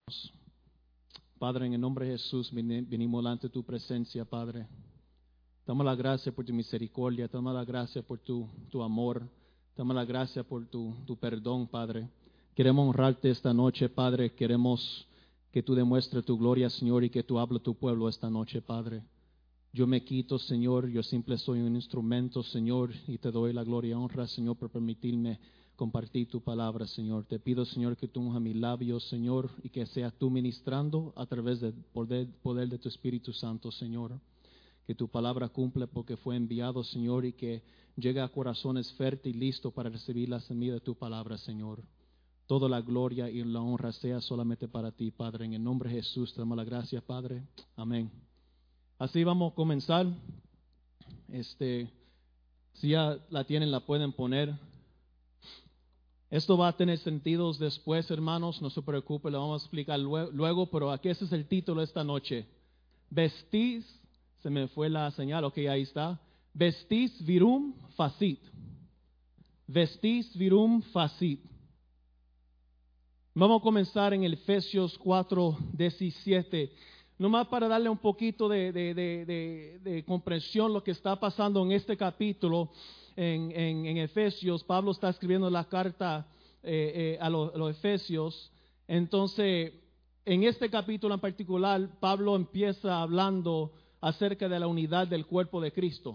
Padre, en el nombre de Jesús venimos delante de tu presencia, Padre. Damos la gracia por tu misericordia, damos la gracia por tu amor, damos la gracia por tu perdón, Padre. Queremos honrarte esta noche, Padre. Queremos que tú demuestres tu gloria, Señor, y que tú hables a tu pueblo esta noche, Padre. Yo me quito, Señor, yo simple soy un instrumento, Señor, y te doy la gloria y honra, Señor, por permitirme compartir tu palabra, Señor. Te pido, Señor, que tú unjas mis labios, Señor, y que sea tú ministrando a través del poder de tu Espíritu Santo, Señor. Que tu palabra cumple porque fue enviado, Señor, y que llegue a corazones fértiles y listos para recibir la semilla de tu palabra, Señor. Toda la gloria y la honra sea solamente para ti, Padre. En el nombre de Jesús te damos la gracia, Padre. Amén. Así vamos a comenzar. Si ya la tienen, la pueden poner. Esto va a tener sentidos después, hermanos. No se preocupe, lo vamos a explicar luego. Pero aquí ese es el título de esta noche. Vestís, se me fue la señal, ok, ahí está. Vestís virum facit. Vestís virum facit. Vamos a comenzar en el Efesios 4:17. Nomás para darle un poquito de comprensión lo que está pasando en este capítulo en Efesios. Pablo está escribiendo la carta a los Efesios. Entonces, en este capítulo en particular, Pablo empieza hablando acerca de la unidad del cuerpo de Cristo.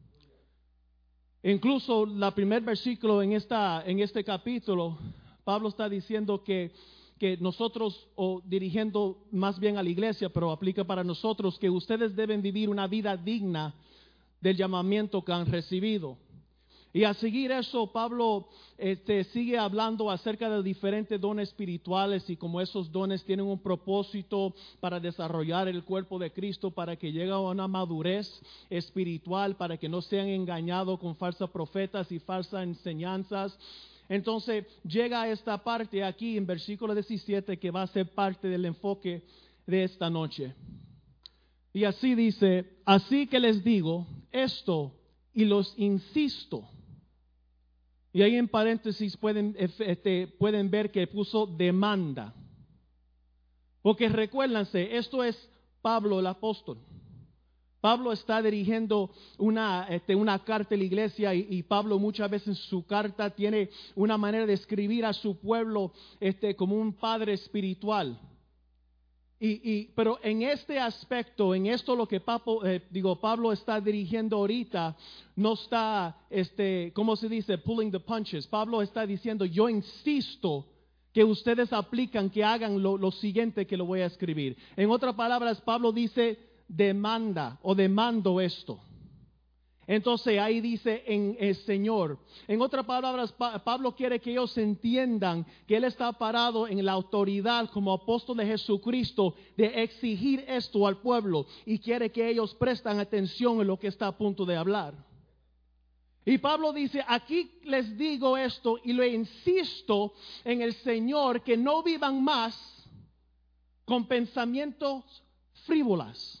Incluso el primer versículo en este capítulo, Pablo está diciendo que nosotros, o dirigiendo más bien a la iglesia, pero aplica para nosotros, que ustedes deben vivir una vida digna del llamamiento que han recibido. Y a seguir eso, Pablo sigue hablando acerca de diferentes dones espirituales y cómo esos dones tienen un propósito para desarrollar el cuerpo de Cristo, para que llegue a una madurez espiritual, para que no sean engañados con falsos profetas y falsas enseñanzas. Entonces llega a esta parte aquí en versículo 17 que va a ser parte del enfoque de esta noche. Y así dice: así que les digo esto y los insisto. Y ahí en paréntesis pueden ver que puso demanda. Porque recuérdense, esto es Pablo el apóstol. Pablo está dirigiendo una carta a la iglesia y Pablo muchas veces en su carta tiene una manera de escribir a su pueblo como un padre espiritual. Pero en este aspecto, en esto lo que Pablo está dirigiendo ahorita, no está, ¿cómo se dice? Pulling the punches. Pablo está diciendo: yo insisto que ustedes aplican, que hagan lo siguiente que lo voy a escribir. En otras palabras, Pablo dice: demanda o demando esto. Entonces ahí dice en el Señor. En otras palabras, Pablo quiere que ellos entiendan que él está parado en la autoridad como apóstol de Jesucristo de exigir esto al pueblo, y quiere que ellos presten atención en lo que está a punto de hablar. Y Pablo dice: aquí les digo esto y lo insisto en el Señor, que no vivan más con pensamientos frívolos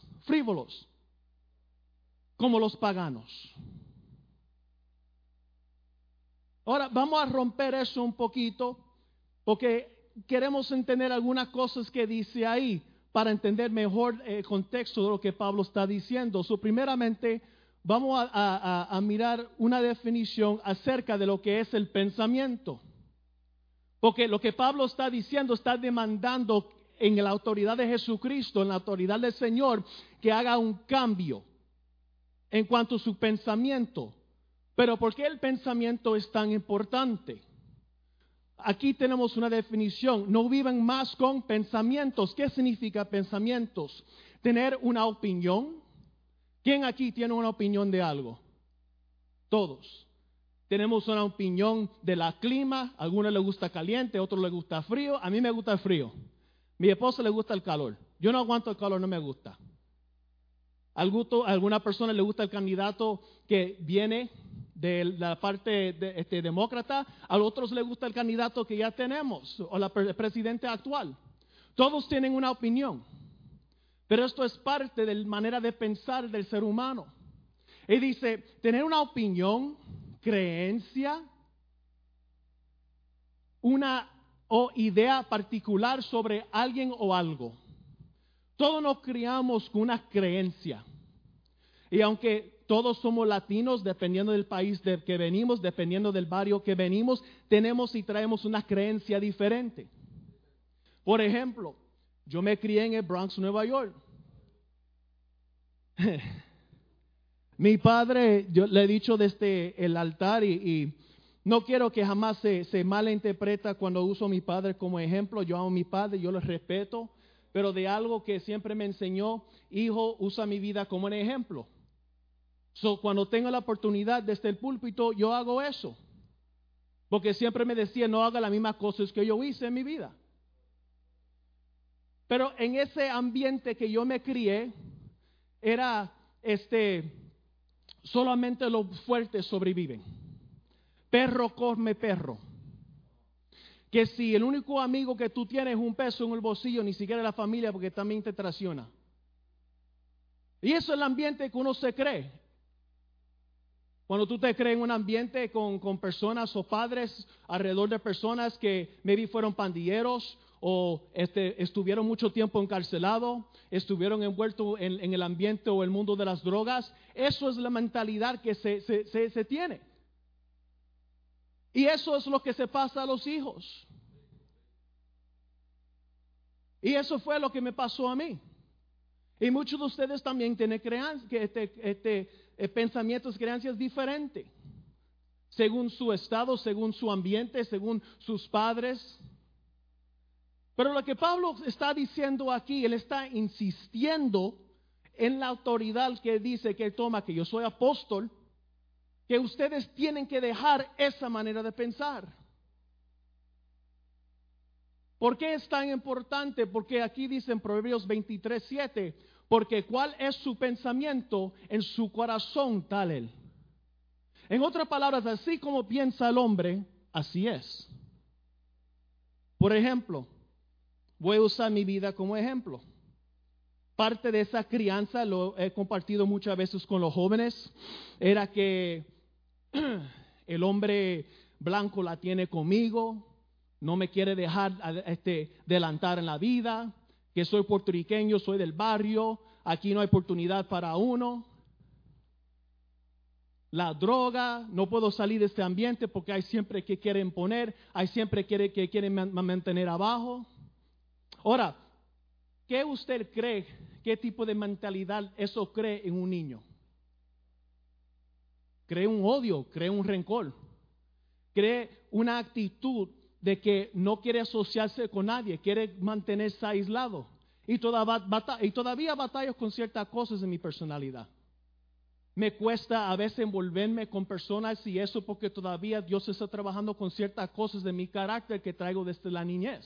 como los paganos. Ahora vamos a romper eso un poquito, porque queremos entender algunas cosas que dice ahí para entender mejor el contexto de lo que Pablo está diciendo. Primeramente vamos a mirar una definición acerca de lo que es el pensamiento, porque lo que Pablo está diciendo, está demandando en la autoridad de Jesucristo, en la autoridad del Señor, que haga un cambio en cuanto a su pensamiento. Pero ¿por qué el pensamiento es tan importante? Aquí tenemos una definición: no vivan más con pensamientos. ¿Qué significa pensamientos? Tener una opinión. ¿Quién aquí tiene una opinión de algo? Todos. Tenemos una opinión de la clima. A algunos les gusta caliente, a otros les gusta frío. A mí me gusta el frío. Mi esposa le gusta el calor. Yo no aguanto el calor, no me gusta. A alguna persona le gusta el candidato que viene de la parte demócrata, a otros le gusta el candidato que ya tenemos, o el presidente actual. Todos tienen una opinión, pero esto es parte de la manera de pensar del ser humano. Y dice, tener una opinión, creencia, una o idea particular sobre alguien o algo. Todos nos criamos con una creencia. Y aunque todos somos latinos, dependiendo del país del que venimos, dependiendo del barrio que venimos, tenemos y traemos una creencia diferente. Por ejemplo, yo me crié en el Bronx, Nueva York. Mi padre, yo le he dicho desde el altar y no quiero que jamás se malinterpreta cuando uso a mi padre como ejemplo. Yo amo a mi padre, yo lo respeto, pero de algo que siempre me enseñó, hijo, usa mi vida como un ejemplo. Cuando tengo la oportunidad desde el púlpito, yo hago eso. Porque siempre me decía, no haga las mismas cosas que yo hice en mi vida. Pero en ese ambiente que yo me crié, era solamente los fuertes sobreviven. Perro come perro. Que si el único amigo que tú tienes es un peso en el bolsillo, ni siquiera la familia, porque también te traiciona. Y eso es el ambiente que uno se cree. Cuando tú te crees en un ambiente con personas o padres alrededor de personas que maybe fueron pandilleros o estuvieron mucho tiempo encarcelados, estuvieron envueltos en el ambiente o el mundo de las drogas, eso es la mentalidad que se tiene. Y eso es lo que se pasa a los hijos. Y eso fue lo que me pasó a mí. Y muchos de ustedes también tienen pensamientos, creencias diferentes. Según su estado, según su ambiente, según sus padres. Pero lo que Pablo está diciendo aquí, él está insistiendo en la autoridad que dice que él toma, que yo soy apóstol, que ustedes tienen que dejar esa manera de pensar. ¿Por qué es tan importante? Porque aquí dice en Proverbios 23:7, porque cuál es su pensamiento en su corazón tal él. En otras palabras, así como piensa el hombre, así es. Por ejemplo, voy a usar mi vida como ejemplo. Parte de esa crianza, lo he compartido muchas veces con los jóvenes, era que el hombre blanco la tiene conmigo, no me quiere dejar adelantar en la vida, que soy puertorriqueño, soy del barrio, aquí no hay oportunidad para uno. La droga, no puedo salir de este ambiente porque hay siempre que quieren poner, hay siempre que quieren mantener abajo. Ahora, ¿qué usted cree? ¿Qué tipo de mentalidad eso cree en un niño? Cree un odio, cree un rencor, cree una actitud de que no quiere asociarse con nadie, quiere mantenerse aislado. Y todavía batallo con ciertas cosas en mi personalidad. Me cuesta a veces envolverme con personas y eso porque todavía Dios está trabajando con ciertas cosas de mi carácter que traigo desde la niñez.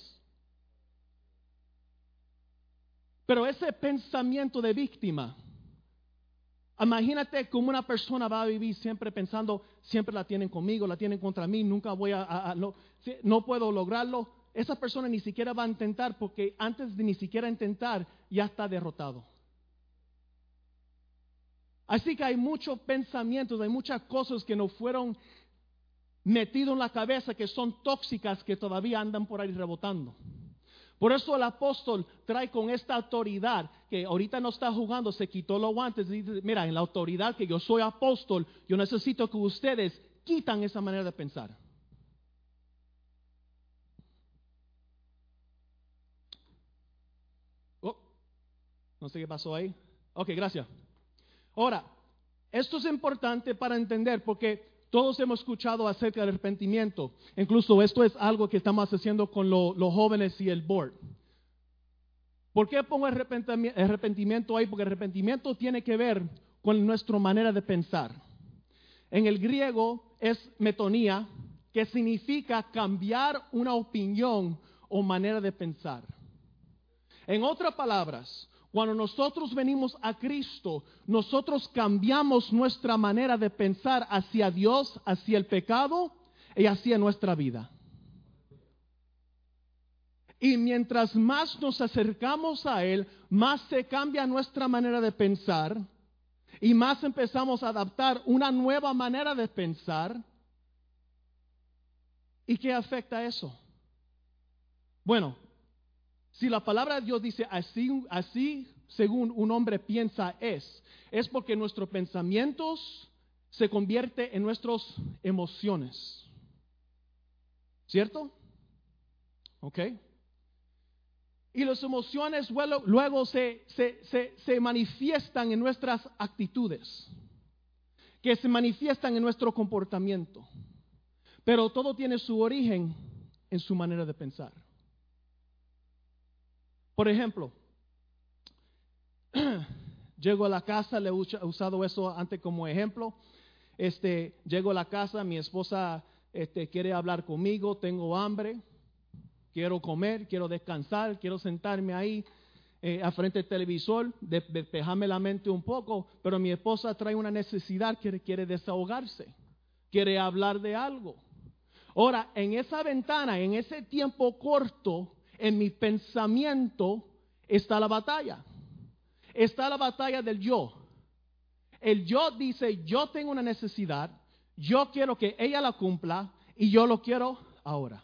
Pero ese pensamiento de víctima, imagínate cómo una persona va a vivir siempre pensando, siempre la tienen conmigo, la tienen contra mí, nunca voy no puedo lograrlo. Esa persona ni siquiera va a intentar porque antes de ni siquiera intentar ya está derrotado. Así que hay muchos pensamientos, hay muchas cosas que nos fueron metidos en la cabeza que son tóxicas que todavía andan por ahí rebotando. Por eso el apóstol trae con esta autoridad, que ahorita no está jugando, se quitó los guantes y dice, mira, en la autoridad que yo soy apóstol, yo necesito que ustedes quitan esa manera de pensar. No sé qué pasó ahí. Ok, gracias. Ahora, esto es importante para entender porque todos hemos escuchado acerca del arrepentimiento. Incluso esto es algo que estamos haciendo con los jóvenes y el board. ¿Por qué pongo arrepentimiento ahí? Porque el arrepentimiento tiene que ver con nuestra manera de pensar. En el griego es metonía, que significa cambiar una opinión o manera de pensar. En otras palabras, cuando nosotros venimos a Cristo, nosotros cambiamos nuestra manera de pensar hacia Dios, hacia el pecado y hacia nuestra vida. Y mientras más nos acercamos a Él, más se cambia nuestra manera de pensar y más empezamos a adaptar una nueva manera de pensar. ¿Y qué afecta eso? Bueno, si la palabra de Dios dice así según un hombre piensa es porque nuestros pensamientos se convierten en nuestras emociones. ¿Cierto? ¿Ok? Y las emociones luego se manifiestan en nuestras actitudes, que se manifiestan en nuestro comportamiento. Pero todo tiene su origen en su manera de pensar. Por ejemplo, llego a la casa, le he usado eso antes como ejemplo. Llego a la casa, mi esposa quiere hablar conmigo, tengo hambre, quiero comer, quiero descansar, quiero sentarme ahí al frente del televisor, despejarme la mente un poco, pero mi esposa trae una necesidad que quiere desahogarse, quiere hablar de algo. Ahora, en esa ventana, en ese tiempo corto, en mi pensamiento está la batalla. Está la batalla del yo. El yo dice, yo tengo una necesidad, yo quiero que ella la cumpla y yo lo quiero ahora.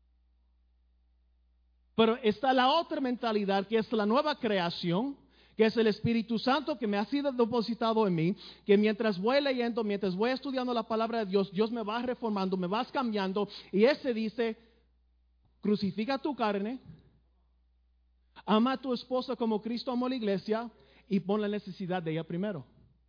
Pero está la otra mentalidad que es la nueva creación, que es el Espíritu Santo que me ha sido depositado en mí, que mientras voy leyendo, mientras voy estudiando la palabra de Dios, Dios me va reformando, me va cambiando, y ese dice, crucifica tu carne, ama a tu esposa como Cristo amó a la iglesia y pon la necesidad de ella primero.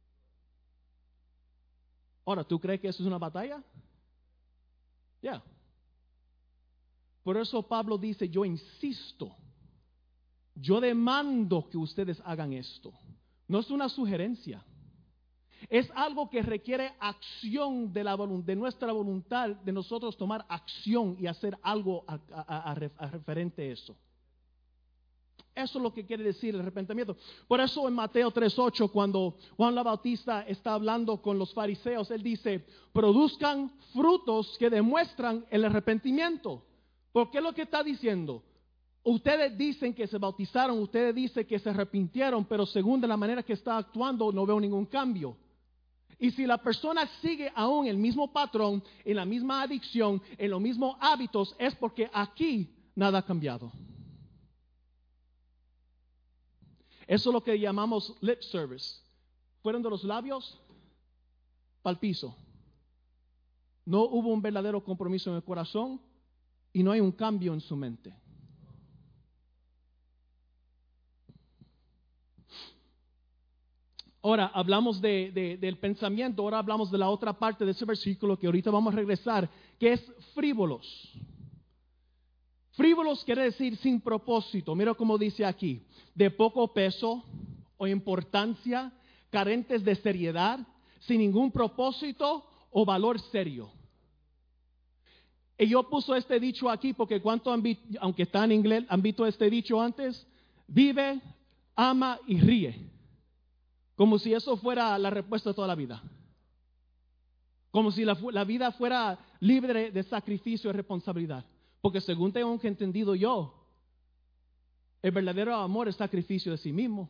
Ahora, ¿tú crees que eso es una batalla? Ya. Por eso Pablo dice, yo insisto, yo demando que ustedes hagan esto. No es una sugerencia. Es algo que requiere acción de nuestra voluntad, de nosotros tomar acción y hacer algo a referente a eso. Eso es lo que quiere decir el arrepentimiento. Por eso en Mateo 3:8, cuando Juan la Bautista está hablando con los fariseos, él dice, produzcan frutos que demuestran el arrepentimiento. ¿Por qué lo que está diciendo? Ustedes dicen que se bautizaron, ustedes dicen que se arrepintieron, pero según de la manera que está actuando no veo ningún cambio. Y si la persona sigue aún el mismo patrón, en la misma adicción, en los mismos hábitos, es porque aquí nada ha cambiado. Eso es lo que llamamos lip service. Fueron de los labios para el piso. No hubo un verdadero compromiso en el corazón y no hay un cambio en su mente. Ahora hablamos del pensamiento, ahora hablamos de la otra parte de ese versículo que ahorita vamos a regresar, que es frívolos. Frívolos quiere decir sin propósito. Mira cómo dice aquí, de poco peso o importancia, carentes de seriedad, sin ningún propósito o valor serio. Y yo puse este dicho aquí porque cuánto aunque está en inglés, han visto este dicho antes, vive, ama y ríe. Como si eso fuera la respuesta de toda la vida. Como si la vida fuera libre de sacrificio y responsabilidad. Porque según tengo entendido yo, el verdadero amor es sacrificio de sí mismo.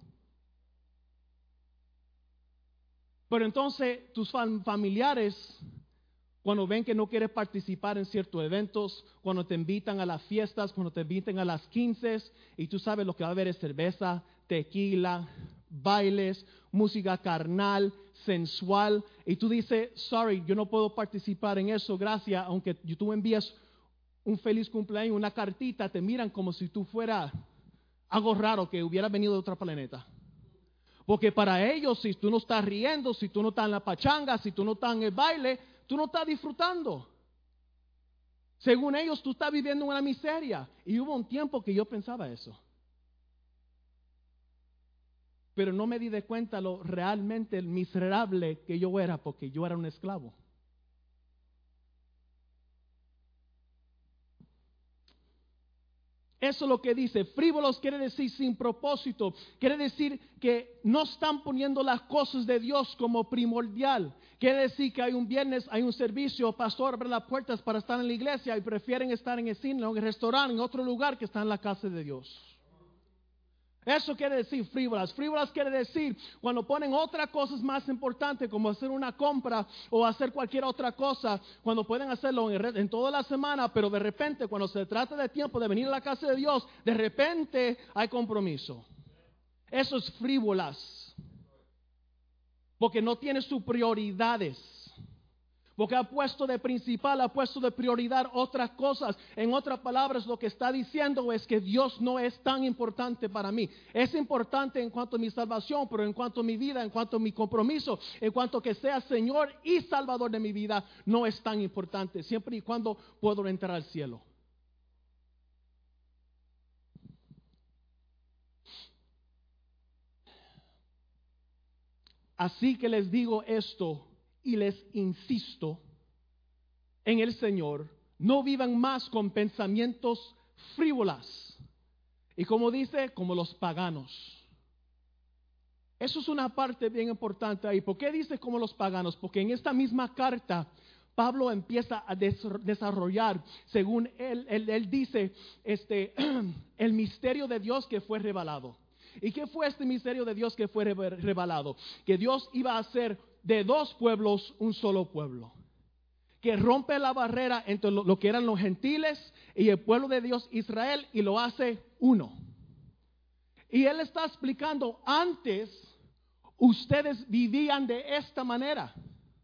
Pero entonces tus familiares, cuando ven que no quieres participar en ciertos eventos, cuando te invitan a las fiestas, cuando te invitan a las 15, y tú sabes lo que va a haber es cerveza, tequila, bailes, música carnal, sensual, y tú dices, sorry, yo no puedo participar en eso, gracias, aunque tú envías un feliz cumpleaños, una cartita, te miran como si tú fueras algo raro que hubiera venido de otro planeta. Porque para ellos, si tú no estás riendo, si tú no estás en la pachanga, si tú no estás en el baile, tú no estás disfrutando. Según ellos, tú estás viviendo una miseria. Y hubo un tiempo que yo pensaba eso. Pero no me di de cuenta lo realmente miserable que yo era, porque yo era un esclavo. Eso es lo que dice. Frívolos quiere decir sin propósito. Quiere decir que no están poniendo las cosas de Dios como primordial. Quiere decir que hay un viernes, hay un servicio, pastor abre las puertas para estar en la iglesia y prefieren estar en el cine, en el restaurante, en otro lugar que está en la casa de Dios. Eso quiere decir frívolas. Frívolas quiere decir cuando ponen otras cosas más importantes como hacer una compra o hacer cualquier otra cosa, cuando pueden hacerlo en toda la semana, pero de repente cuando se trata de tiempo de venir a la casa de Dios, de repente hay compromiso. Eso es frívolas. Porque no tiene sus prioridades. Porque ha puesto de principal, ha puesto de prioridad otras cosas. En otras palabras, lo que está diciendo es que Dios no es tan importante para mí. Es importante en cuanto a mi salvación, pero en cuanto a mi vida, en cuanto a mi compromiso, en cuanto a que sea Señor y Salvador de mi vida, no es tan importante. Siempre y cuando puedo entrar al cielo. Así que les digo esto y les insisto en el Señor, no vivan más con pensamientos frívolas. Y como dice, como los paganos. Eso es una parte bien importante ahí. ¿Por qué dice como los paganos? Porque en esta misma carta Pablo empieza a desarrollar, según él dice, el misterio de Dios que fue revelado. ¿Y qué fue este misterio de Dios que fue revelado? Que Dios iba a hacer de dos pueblos un solo pueblo. Que rompe la barrera entre lo que eran los gentiles y el pueblo de Dios Israel y lo hace uno. Y él está explicando, antes ustedes vivían de esta manera.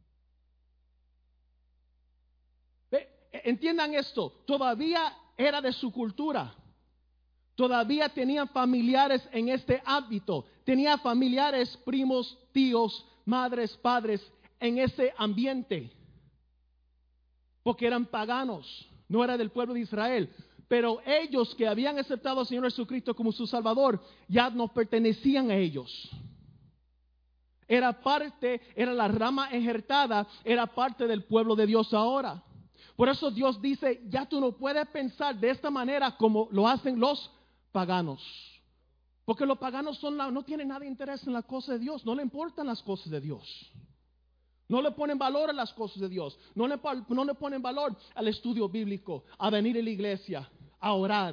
Entiendan esto, todavía era de su cultura. Todavía tenían familiares en este ámbito. Tenía familiares, primos, tíos, madres, padres en ese ambiente. Porque eran paganos, no era del pueblo de Israel. Pero ellos que habían aceptado al Señor Jesucristo como su Salvador, ya no pertenecían a ellos. Era parte, era la rama injertada, era parte del pueblo de Dios ahora. Por eso Dios dice, ya tú no puedes pensar de esta manera como lo hacen los paganos. Porque los paganos no tienen nada de interés en las cosas de Dios, no le importan las cosas de Dios. No le ponen valor a las cosas de Dios, no le ponen valor al estudio bíblico, a venir a la iglesia, a orar.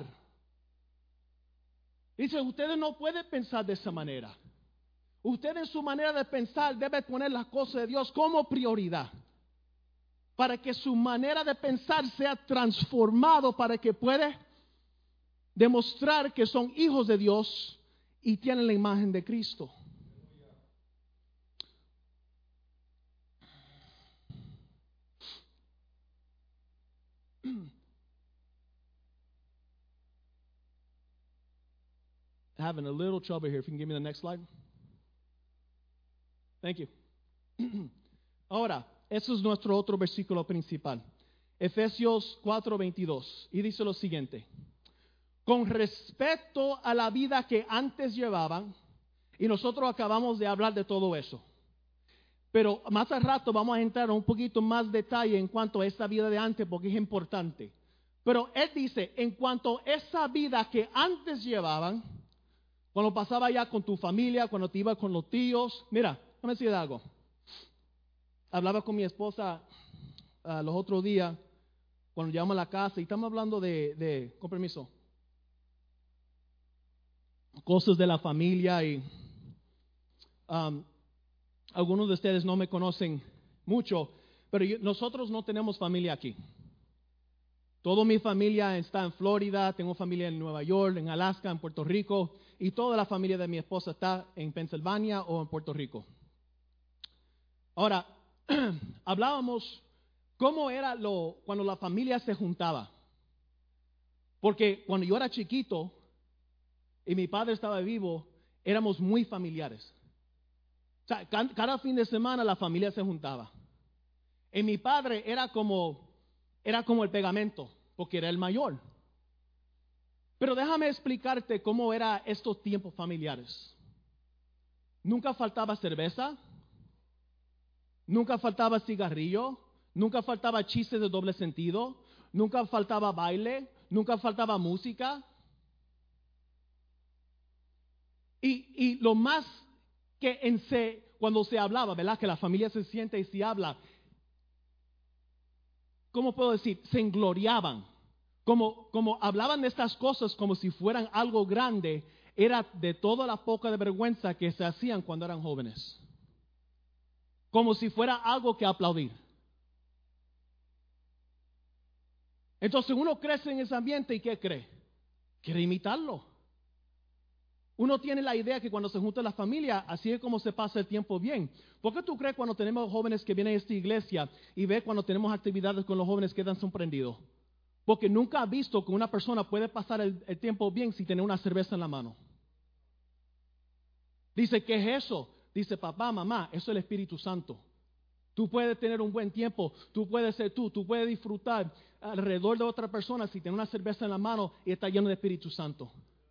Dice, ustedes no pueden pensar de esa manera. Usted en su manera de pensar debe poner las cosas de Dios como prioridad. Para que su manera de pensar sea transformado, para que pueda demostrar que son hijos de Dios y tienen la imagen de Cristo. Having a little trouble here. If you can give me the next slide. Thank you. Ahora, ese es nuestro otro versículo principal. Efesios 4:22. Y dice lo siguiente. Con respecto a la vida que antes llevaban, y nosotros acabamos de hablar de todo eso. Pero más al rato vamos a entrar un poquito más detalle en cuanto a esta vida de antes, porque es importante. Pero él dice, en cuanto a esa vida que antes llevaban, cuando pasaba ya con tu familia, cuando te ibas con los tíos. Mira, déjame decir algo. Hablaba con mi esposa los otros días, cuando llegamos a la casa, y estamos hablando con permiso, cosas de la familia. Y algunos de ustedes no me conocen mucho, pero nosotros no tenemos familia aquí. Toda mi familia está en Florida, tengo familia en Nueva York, en Alaska, en Puerto Rico, y toda la familia de mi esposa está en Pensilvania o en Puerto Rico. Ahora, hablábamos cómo era cuando la familia se juntaba. Porque cuando yo era chiquito y mi padre estaba vivo, éramos muy familiares. O sea, cada fin de semana la familia se juntaba. Y mi padre era como el pegamento, porque era el mayor. Pero déjame explicarte cómo eran estos tiempos familiares. Nunca faltaba cerveza, nunca faltaba cigarrillo, nunca faltaba chistes de doble sentido, nunca faltaba baile, nunca faltaba música. Y lo más que cuando se hablaba, ¿verdad? Que la familia se siente y se habla. ¿Cómo puedo decir? Se engloriaban. Como hablaban de estas cosas como si fueran algo grande, era de toda la poca de vergüenza que se hacían cuando eran jóvenes. Como si fuera algo que aplaudir. Entonces uno crece en ese ambiente y ¿qué cree? Quiere imitarlo. Uno tiene la idea que cuando se junta la familia, así es como se pasa el tiempo bien. ¿Por qué tú crees cuando tenemos jóvenes que vienen a esta iglesia y ve cuando tenemos actividades con los jóvenes quedan sorprendidos? Porque nunca ha visto que una persona puede pasar el tiempo bien sin tener una cerveza en la mano. Dice, ¿qué es eso? Dice, papá, mamá, eso es el Espíritu Santo. Tú puedes tener un buen tiempo, tú puedes ser tú puedes disfrutar alrededor de otra persona si tienes una cerveza en la mano y está lleno de Espíritu Santo.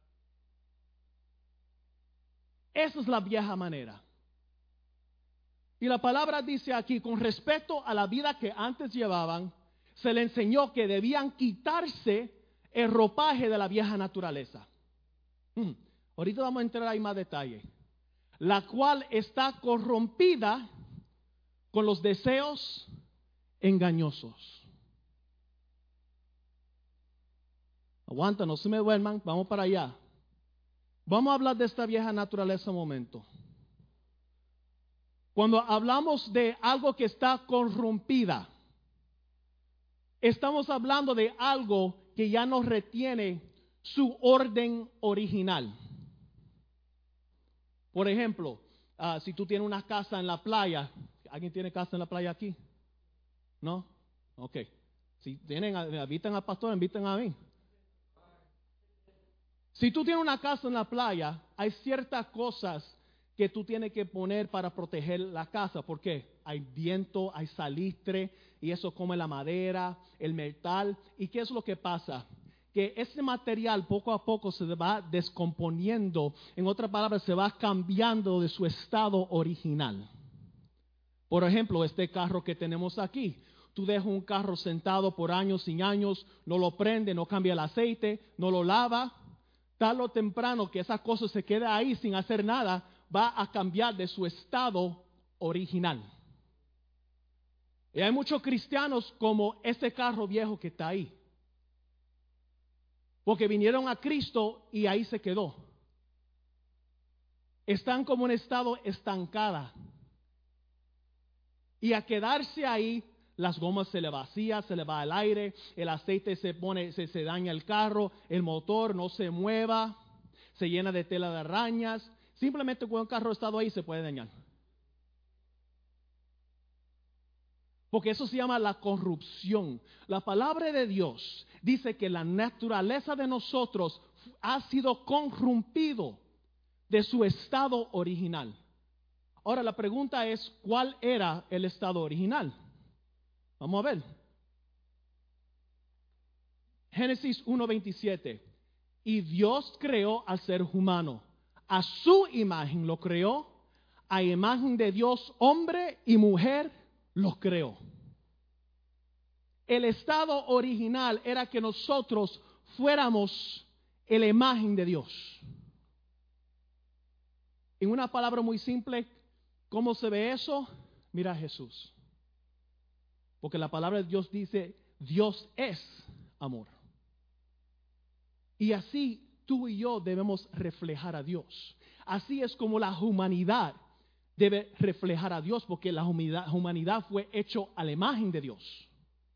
Esa es la vieja manera. Y la palabra dice aquí, con respecto a la vida que antes llevaban, se le enseñó que debían quitarse el ropaje de la vieja naturaleza. Ahorita vamos a entrar ahí más detalle. La cual está corrompida con los deseos engañosos. Aguanta, no se me duerman, vamos para allá. Vamos a hablar de esta vieja naturaleza un momento. Cuando hablamos de algo que está corrompida, estamos hablando de algo que ya no retiene su orden original. Por ejemplo, si tú tienes una casa en la playa, ¿alguien tiene casa en la playa aquí? ¿No? Ok. Si invitan al pastor, invitan a mí. Si tú tienes una casa en la playa, hay ciertas cosas que tú tienes que poner para proteger la casa. ¿Por qué? Hay viento, hay salitre, y eso come la madera, el metal. ¿Y qué es lo que pasa? Que ese material poco a poco se va descomponiendo. En otras palabras, se va cambiando de su estado original. Por ejemplo, este carro que tenemos aquí. Tú dejas un carro sentado por años sin años, no lo prende, no cambia el aceite, no lo lava. Tarde o temprano que esa cosa se quede ahí sin hacer nada, va a cambiar de su estado original. Y hay muchos cristianos como ese carro viejo que está ahí. Porque vinieron a Cristo y ahí se quedó. Están como en estado estancada. Y a quedarse ahí, las gomas se le vacían, se le va el aire, el aceite se daña el carro, el motor no se mueva, se llena de tela de arañas. Simplemente cuando un carro ha estado ahí se puede dañar. Porque eso se llama la corrupción. La palabra de Dios dice que la naturaleza de nosotros ha sido corrompido de su estado original. Ahora la pregunta es, ¿cuál era el estado original? Vamos a ver. Génesis 1:27. Y Dios creó al ser humano. A su imagen lo creó. A imagen de Dios, hombre y mujer los creó. El estado original era que nosotros fuéramos la imagen de Dios. En una palabra muy simple, ¿cómo se ve eso? Mira a Jesús. Porque la palabra de Dios dice, Dios es amor. Y así tú y yo debemos reflejar a Dios. Así es como la humanidad debe reflejar a Dios, porque la humanidad fue hecho a la imagen de Dios.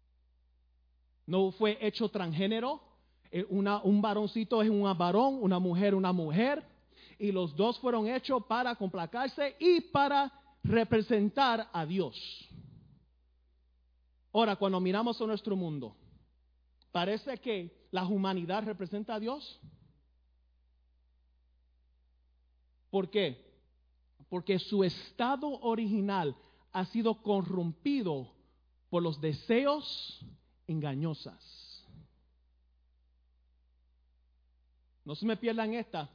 No fue hecho transgénero. Un varoncito es un varón, una mujer, y los dos fueron hechos para complacarse y para representar a Dios. Ahora, cuando miramos a nuestro mundo, ¿parece que la humanidad representa a Dios? ¿Por qué? Porque su estado original ha sido corrompido por los deseos engañosas. No se me pierdan esta.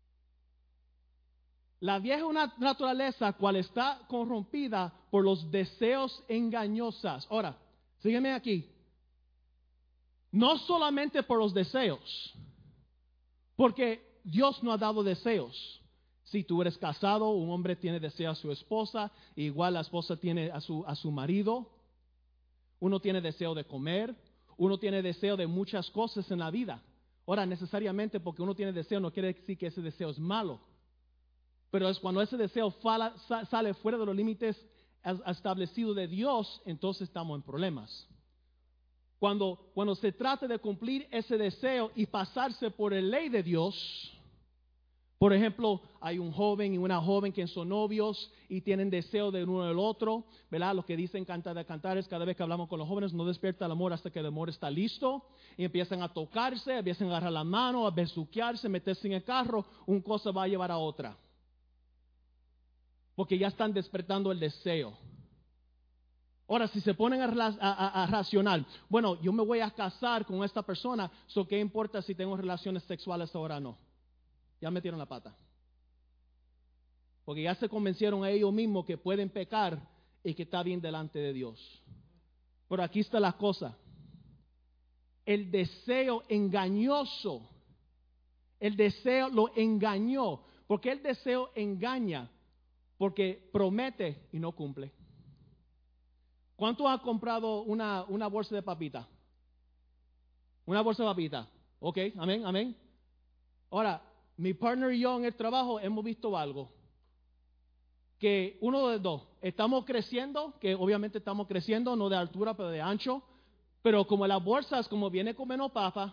La vieja naturaleza, cual está corrompida por los deseos engañosas. Ahora, sígueme aquí. No solamente por los deseos, porque Dios no ha dado deseos. Si tú eres casado, un hombre tiene deseo a su esposa, igual la esposa tiene a su marido. Uno tiene deseo de comer, uno tiene deseo de muchas cosas en la vida. Ahora, necesariamente porque uno tiene deseo no quiere decir que ese deseo es malo. Pero es cuando ese deseo sale fuera de los límites establecidos de Dios, entonces estamos en problemas. Cuando se trata de cumplir ese deseo y pasarse por la ley de Dios, por ejemplo, hay un joven y una joven que son novios y tienen deseo de uno del otro, ¿verdad? Lo que dicen Cantares, cada vez que hablamos con los jóvenes, no despierta el amor hasta que el amor está listo, y empiezan a tocarse, empiezan a agarrar la mano, a besuquearse, meterse en el carro, una cosa va a llevar a otra. Porque ya están despertando el deseo. Ahora, si se ponen a racionar, bueno, yo me voy a casar con esta persona, ¿qué importa si tengo relaciones sexuales ahora o no? Ya metieron la pata. Porque ya se convencieron a ellos mismos que pueden pecar y que está bien delante de Dios. Pero aquí está la cosa. El deseo engañoso, el deseo lo engañó. Porque el deseo engaña, porque promete y no cumple. ¿Cuánto ha comprado una bolsa de papita? Una bolsa de papita. Ok, amén, amén. Ahora, mi partner y yo en el trabajo hemos visto algo. Que uno de dos, estamos creciendo, que obviamente estamos creciendo, no de altura, pero de ancho. Pero como las bolsas, como viene con menos papa.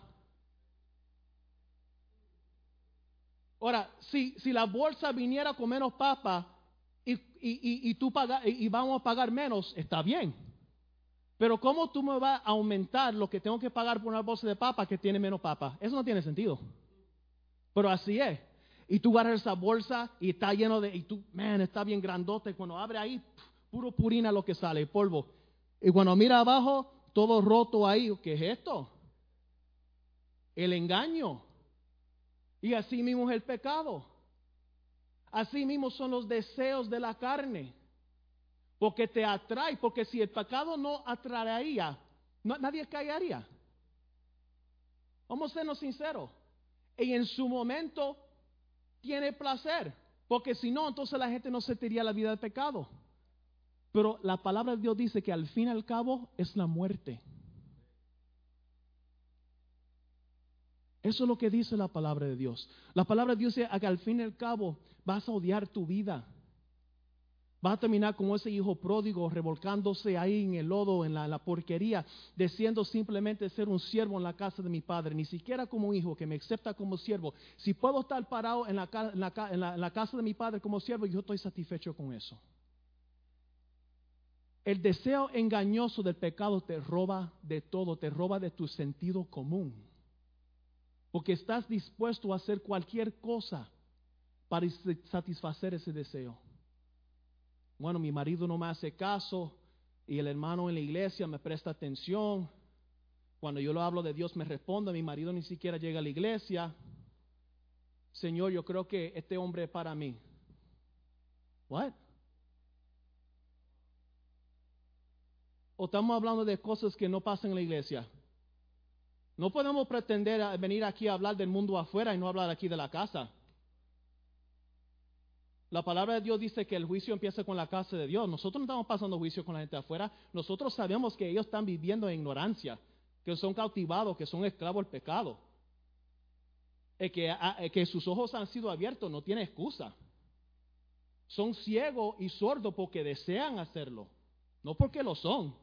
Ahora, si la bolsa viniera con menos papa y tú pagas, y vamos a pagar menos, está bien. Pero ¿cómo tú me vas a aumentar lo que tengo que pagar por una bolsa de papa que tiene menos papa? Eso no tiene sentido. Pero así es. Y tú agarras esa bolsa y está lleno de, y tú, está bien grandote. Y cuando abre ahí, puro purina lo que sale, polvo. Y cuando mira abajo, todo roto ahí. ¿Qué es esto? El engaño. Y así mismo es el pecado. Así mismo son los deseos de la carne. Porque te atrae, porque si el pecado no atraería, nadie caería. Vamos a sernos sinceros. Y en su momento tiene placer, porque si no, entonces la gente no sentiría la vida del pecado. Pero la palabra de Dios dice que al fin y al cabo es la muerte. Eso es lo que dice la palabra de Dios. La palabra de Dios dice que al fin y al cabo vas a odiar tu vida. Vas a terminar como ese hijo pródigo revolcándose ahí en el lodo, en la porquería, deseando simplemente ser un siervo en la casa de mi padre, ni siquiera como un hijo que me acepta como siervo. Si puedo estar parado en la casa de mi padre como siervo, yo estoy satisfecho con eso. El deseo engañoso del pecado te roba de todo, te roba de tu sentido común. Porque estás dispuesto a hacer cualquier cosa para satisfacer ese deseo. Bueno, mi marido no me hace caso y el hermano en la iglesia me presta atención. Cuando yo lo hablo de Dios me responde, mi marido ni siquiera llega a la iglesia. Señor, yo creo que este hombre es para mí. What? ¿O estamos hablando de cosas que no pasan en la iglesia? No podemos pretender venir aquí a hablar del mundo afuera y no hablar aquí de la casa. La palabra de Dios dice que el juicio empieza con la casa de Dios. Nosotros no estamos pasando juicio con la gente afuera. Nosotros sabemos que ellos están viviendo en ignorancia, que son cautivados, que son esclavos del pecado. Que sus ojos han sido abiertos, no tiene excusa. Son ciegos y sordos porque desean hacerlo, no porque lo son.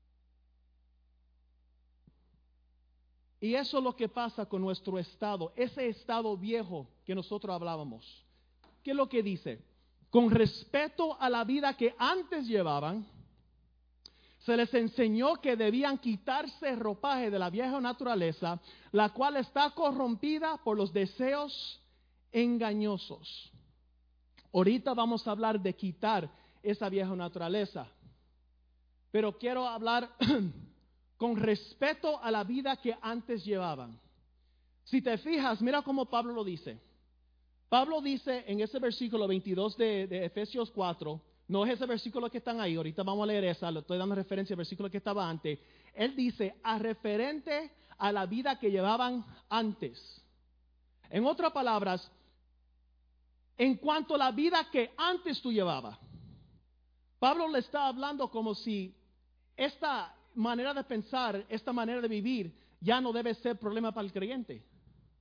Y eso es lo que pasa con nuestro estado, ese estado viejo que nosotros hablábamos. ¿Qué es lo que dice? Con respecto a la vida que antes llevaban, se les enseñó que debían quitarse el ropaje de la vieja naturaleza, la cual está corrompida por los deseos engañosos. Ahorita vamos a hablar de quitar esa vieja naturaleza. Pero quiero hablar con respecto a la vida que antes llevaban. Si te fijas, mira cómo Pablo lo dice. Pablo dice en ese versículo 22 de Efesios 4, no es ese versículo que están ahí, ahorita vamos a leer esa, le estoy dando referencia al versículo que estaba antes. Él dice, a referente a la vida que llevaban antes. En otras palabras, en cuanto a la vida que antes tú llevabas, Pablo le está hablando como si esta manera de pensar, esta manera de vivir, ya no debe ser problema para el creyente.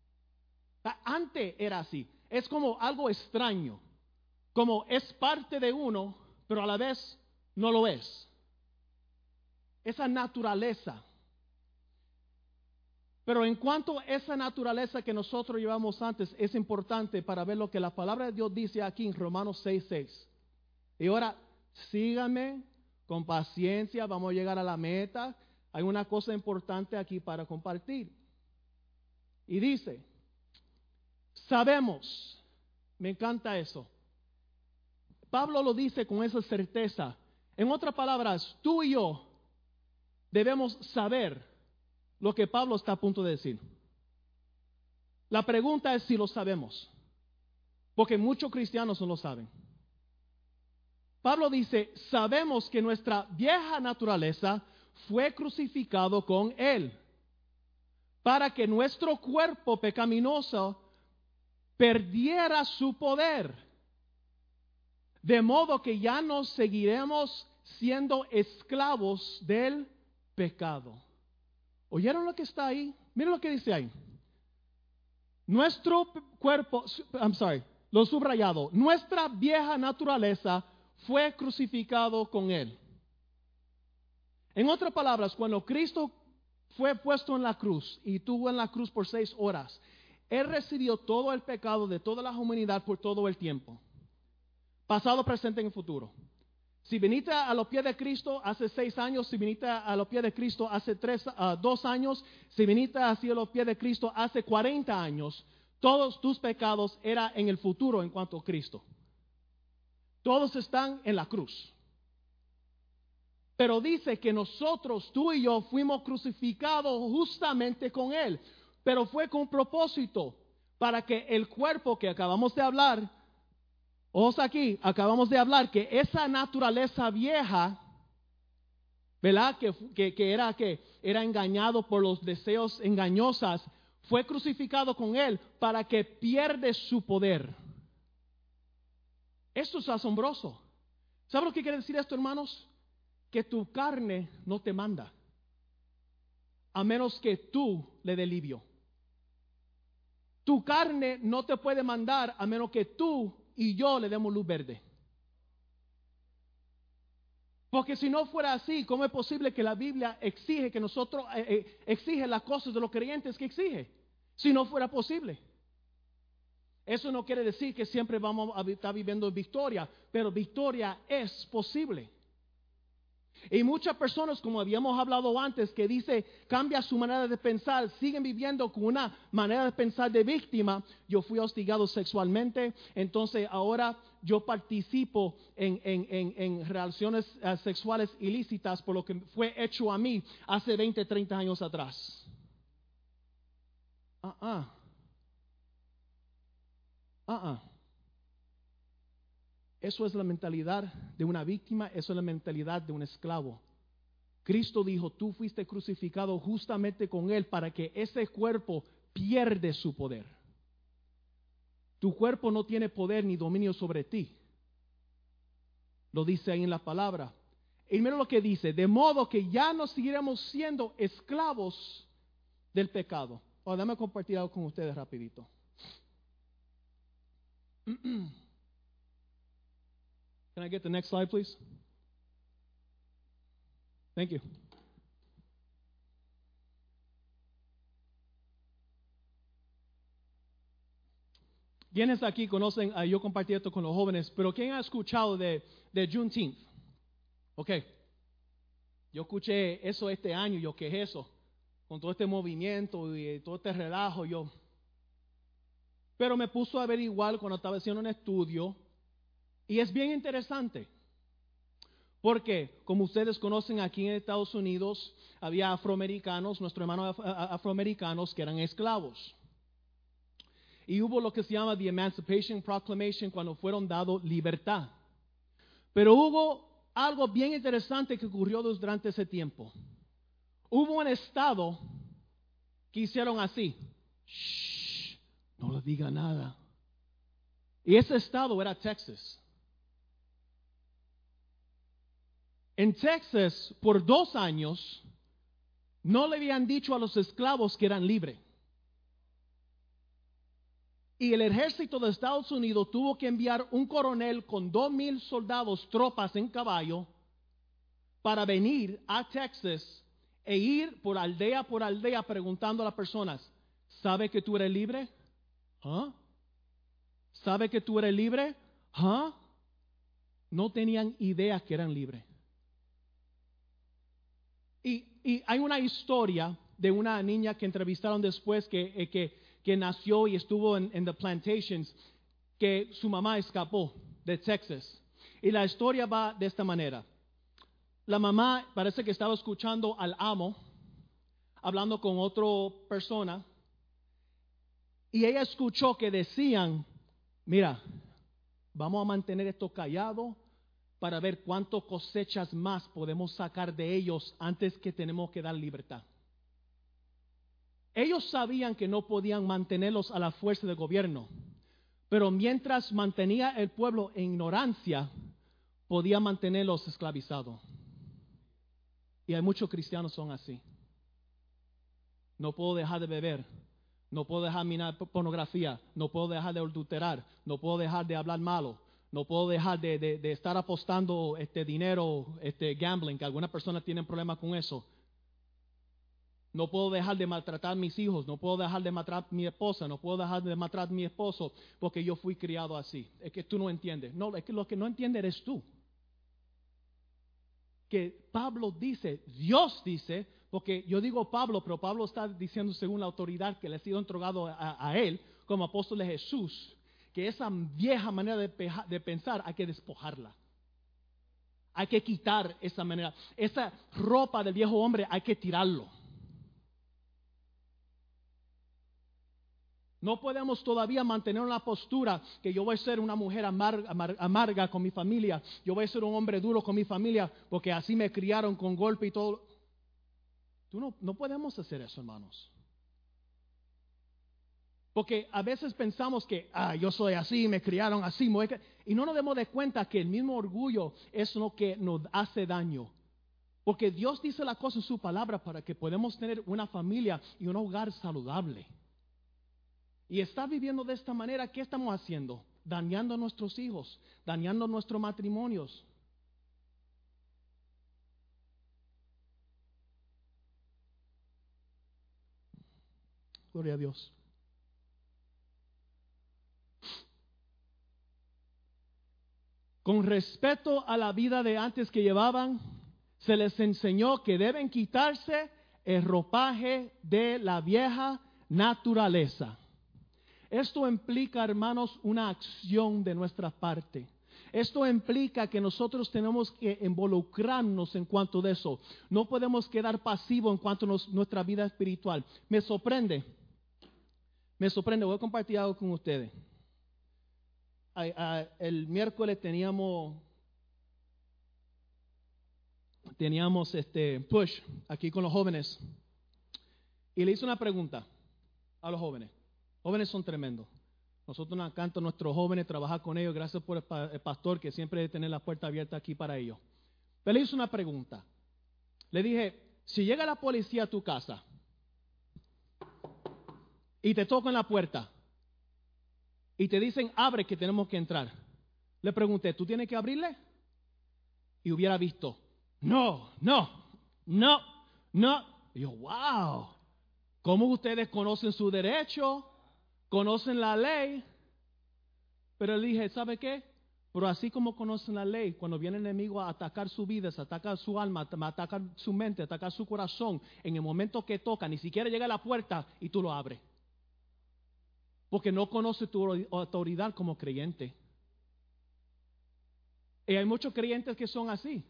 Antes era así. Es como algo extraño. Como es parte de uno, pero a la vez no lo es. Esa naturaleza. Pero en cuanto a esa naturaleza que nosotros llevamos antes, es importante para ver lo que la palabra de Dios dice aquí en Romanos 6:6. Y ahora, síganme con paciencia, vamos a llegar a la meta. Hay una cosa importante aquí para compartir. Y dice, sabemos, me encanta eso. Pablo lo dice con esa certeza. En otras palabras, tú y yo debemos saber lo que Pablo está a punto de decir. La pregunta es si lo sabemos, porque muchos cristianos no lo saben. Pablo dice, sabemos que nuestra vieja naturaleza fue crucificado con él, para que nuestro cuerpo pecaminoso perdiera su poder, de modo que ya no seguiremos siendo esclavos del pecado. ¿Oyeron lo que está ahí? Miren lo que dice ahí. Nuestro cuerpo, lo subrayado, nuestra vieja naturaleza fue crucificado con él. En otras palabras, cuando Cristo fue puesto en la cruz y estuvo en la cruz por 6 horas, Él recibió todo el pecado de toda la humanidad por todo el tiempo. Pasado, presente y futuro. Si viniste a los pies de Cristo hace 6 años, si viniste a los pies de Cristo hace 2 años, si viniste hacia los pies de Cristo hace 40 años, todos tus pecados eran en el futuro en cuanto a Cristo. Todos están en la cruz. Pero dice que nosotros, tú y yo, fuimos crucificados justamente con Él. Pero fue con propósito, para que el cuerpo que acabamos de hablar, ojos aquí, acabamos de hablar que esa naturaleza vieja, ¿verdad? Que era engañado por los deseos engañosas, fue crucificado con Él para que pierde su poder. Esto es asombroso. ¿Sabe lo que quiere decir esto, hermanos? Que tu carne no te manda, a menos que tú le dé limpio. Tu carne no te puede mandar a menos que tú y yo le demos luz verde. Porque si no fuera así, ¿cómo es posible que la Biblia exige que nosotros exige las cosas de los creyentes que exige? Si no fuera posible. Eso no quiere decir que siempre vamos a estar viviendo victoria, pero victoria es posible. Y muchas personas, como habíamos hablado antes, que dice cambia su manera de pensar, siguen viviendo con una manera de pensar de víctima. Yo fui hostigado sexualmente, entonces ahora yo participo en relaciones sexuales ilícitas por lo que fue hecho a mí hace 20, 30 años atrás. Eso es la mentalidad de una víctima, eso es la mentalidad de un esclavo. Cristo dijo, tú fuiste crucificado justamente con Él para que ese cuerpo pierde su poder. Tu cuerpo no tiene poder ni dominio sobre ti. Lo dice ahí en la palabra. Y mira lo que dice, de modo que ya no seguiremos siendo esclavos del pecado. Ahora, déjame compartir algo con ustedes rapidito. Can I get the next slide, please? Thank you. ¿Quiénes aquí conocen? Yo compartí esto con los jóvenes, pero ¿quién ha escuchado de Juneteenth? Ok. Yo escuché eso este año, yo, ¿qué es eso? Con todo este movimiento y todo este relajo, Pero me puso a averiguar cuando estaba haciendo un estudio. Y es bien interesante, porque como ustedes conocen aquí en Estados Unidos, había afroamericanos, nuestros hermanos afroamericanos que eran esclavos. Y hubo lo que se llama the Emancipation Proclamation cuando fueron dados libertad. Pero hubo algo bien interesante que ocurrió durante ese tiempo. Hubo un estado que hicieron así. Shh, no le diga nada. Y ese estado era Texas. En Texas, por 2 años, no le habían dicho a los esclavos que eran libres. Y el ejército de Estados Unidos tuvo que enviar un coronel con 2,000 soldados, tropas en caballo, para venir a Texas e ir por aldea preguntando a las personas, ¿sabe que tú eres libre? ¿Ah? ¿Sabe que tú eres libre? ¿Ah? No tenían idea que eran libres. Y hay una historia de una niña que entrevistaron después que nació y estuvo en The Plantations, que su mamá escapó de Texas. Y la historia va de esta manera. La mamá parece que estaba escuchando al amo hablando con otra persona y ella escuchó que decían, mira, vamos a mantener esto callado para ver cuántas cosechas más podemos sacar de ellos antes que tenemos que dar libertad. Ellos sabían que no podían mantenerlos a la fuerza del gobierno, pero mientras mantenía el pueblo en ignorancia, podía mantenerlos esclavizados. Y hay muchos cristianos que son así. No puedo dejar de beber, no puedo dejar de mirar pornografía, no puedo dejar de adulterar, no puedo dejar de hablar malo, no puedo dejar de estar apostando dinero, gambling, que algunas personas tienen problemas con eso. No puedo dejar de maltratar a mis hijos, no puedo dejar de maltratar a mi esposa, no puedo dejar de maltratar a mi esposo porque yo fui criado así. Es que tú no entiendes. No, es que lo que no entiende eres tú. Que Pablo dice, Dios dice, porque yo digo Pablo, pero Pablo está diciendo según la autoridad que le ha sido entregado a él como apóstol de Jesús, que esa vieja manera de pensar hay que despojarla. Hay que quitar esa manera. Esa ropa del viejo hombre hay que tirarlo. No podemos todavía mantener una postura que yo voy a ser una mujer amarga con mi familia. Yo voy a ser un hombre duro con mi familia porque así me criaron con golpe y todo. No podemos hacer eso, hermanos. Porque a veces pensamos que, yo soy así, me criaron así. Y no nos damos de cuenta que el mismo orgullo es lo que nos hace daño. Porque Dios dice la cosa en su palabra para que podamos tener una familia y un hogar saludable. Y está viviendo de esta manera, ¿qué estamos haciendo? Dañando a nuestros hijos, dañando nuestros matrimonios. Gloria a Dios. Con respecto a la vida de antes que llevaban, se les enseñó que deben quitarse el ropaje de la vieja naturaleza. Esto implica, hermanos, una acción de nuestra parte. Esto implica que nosotros tenemos que involucrarnos en cuanto de eso. No podemos quedar pasivos en cuanto a nuestra vida espiritual. Me sorprende, voy a compartir algo con ustedes. El miércoles teníamos push aquí con los jóvenes y le hice una pregunta a los jóvenes. Jóvenes son tremendos. Nosotros nos encanta a nuestros jóvenes, trabajar con ellos. Gracias por el pastor que siempre debe tener la puerta abierta aquí para ellos. Pero le hice una pregunta. Le dije, si llega la policía a tu casa y te tocan la puerta y te dicen, abre que tenemos que entrar. Le pregunté, ¿tú tienes que abrirle? Y hubiera visto, no. Y yo, wow, ¿cómo ustedes conocen su derecho? Conocen la ley. Pero le dije, ¿sabe qué? Pero así como conocen la ley, cuando viene el enemigo a atacar su vida, a atacar su alma, a atacar su mente, a atacar su corazón, en el momento que toca, ni siquiera llega a la puerta y tú lo abres. Porque no conoce tu autoridad como creyente. Y hay muchos creyentes que son así.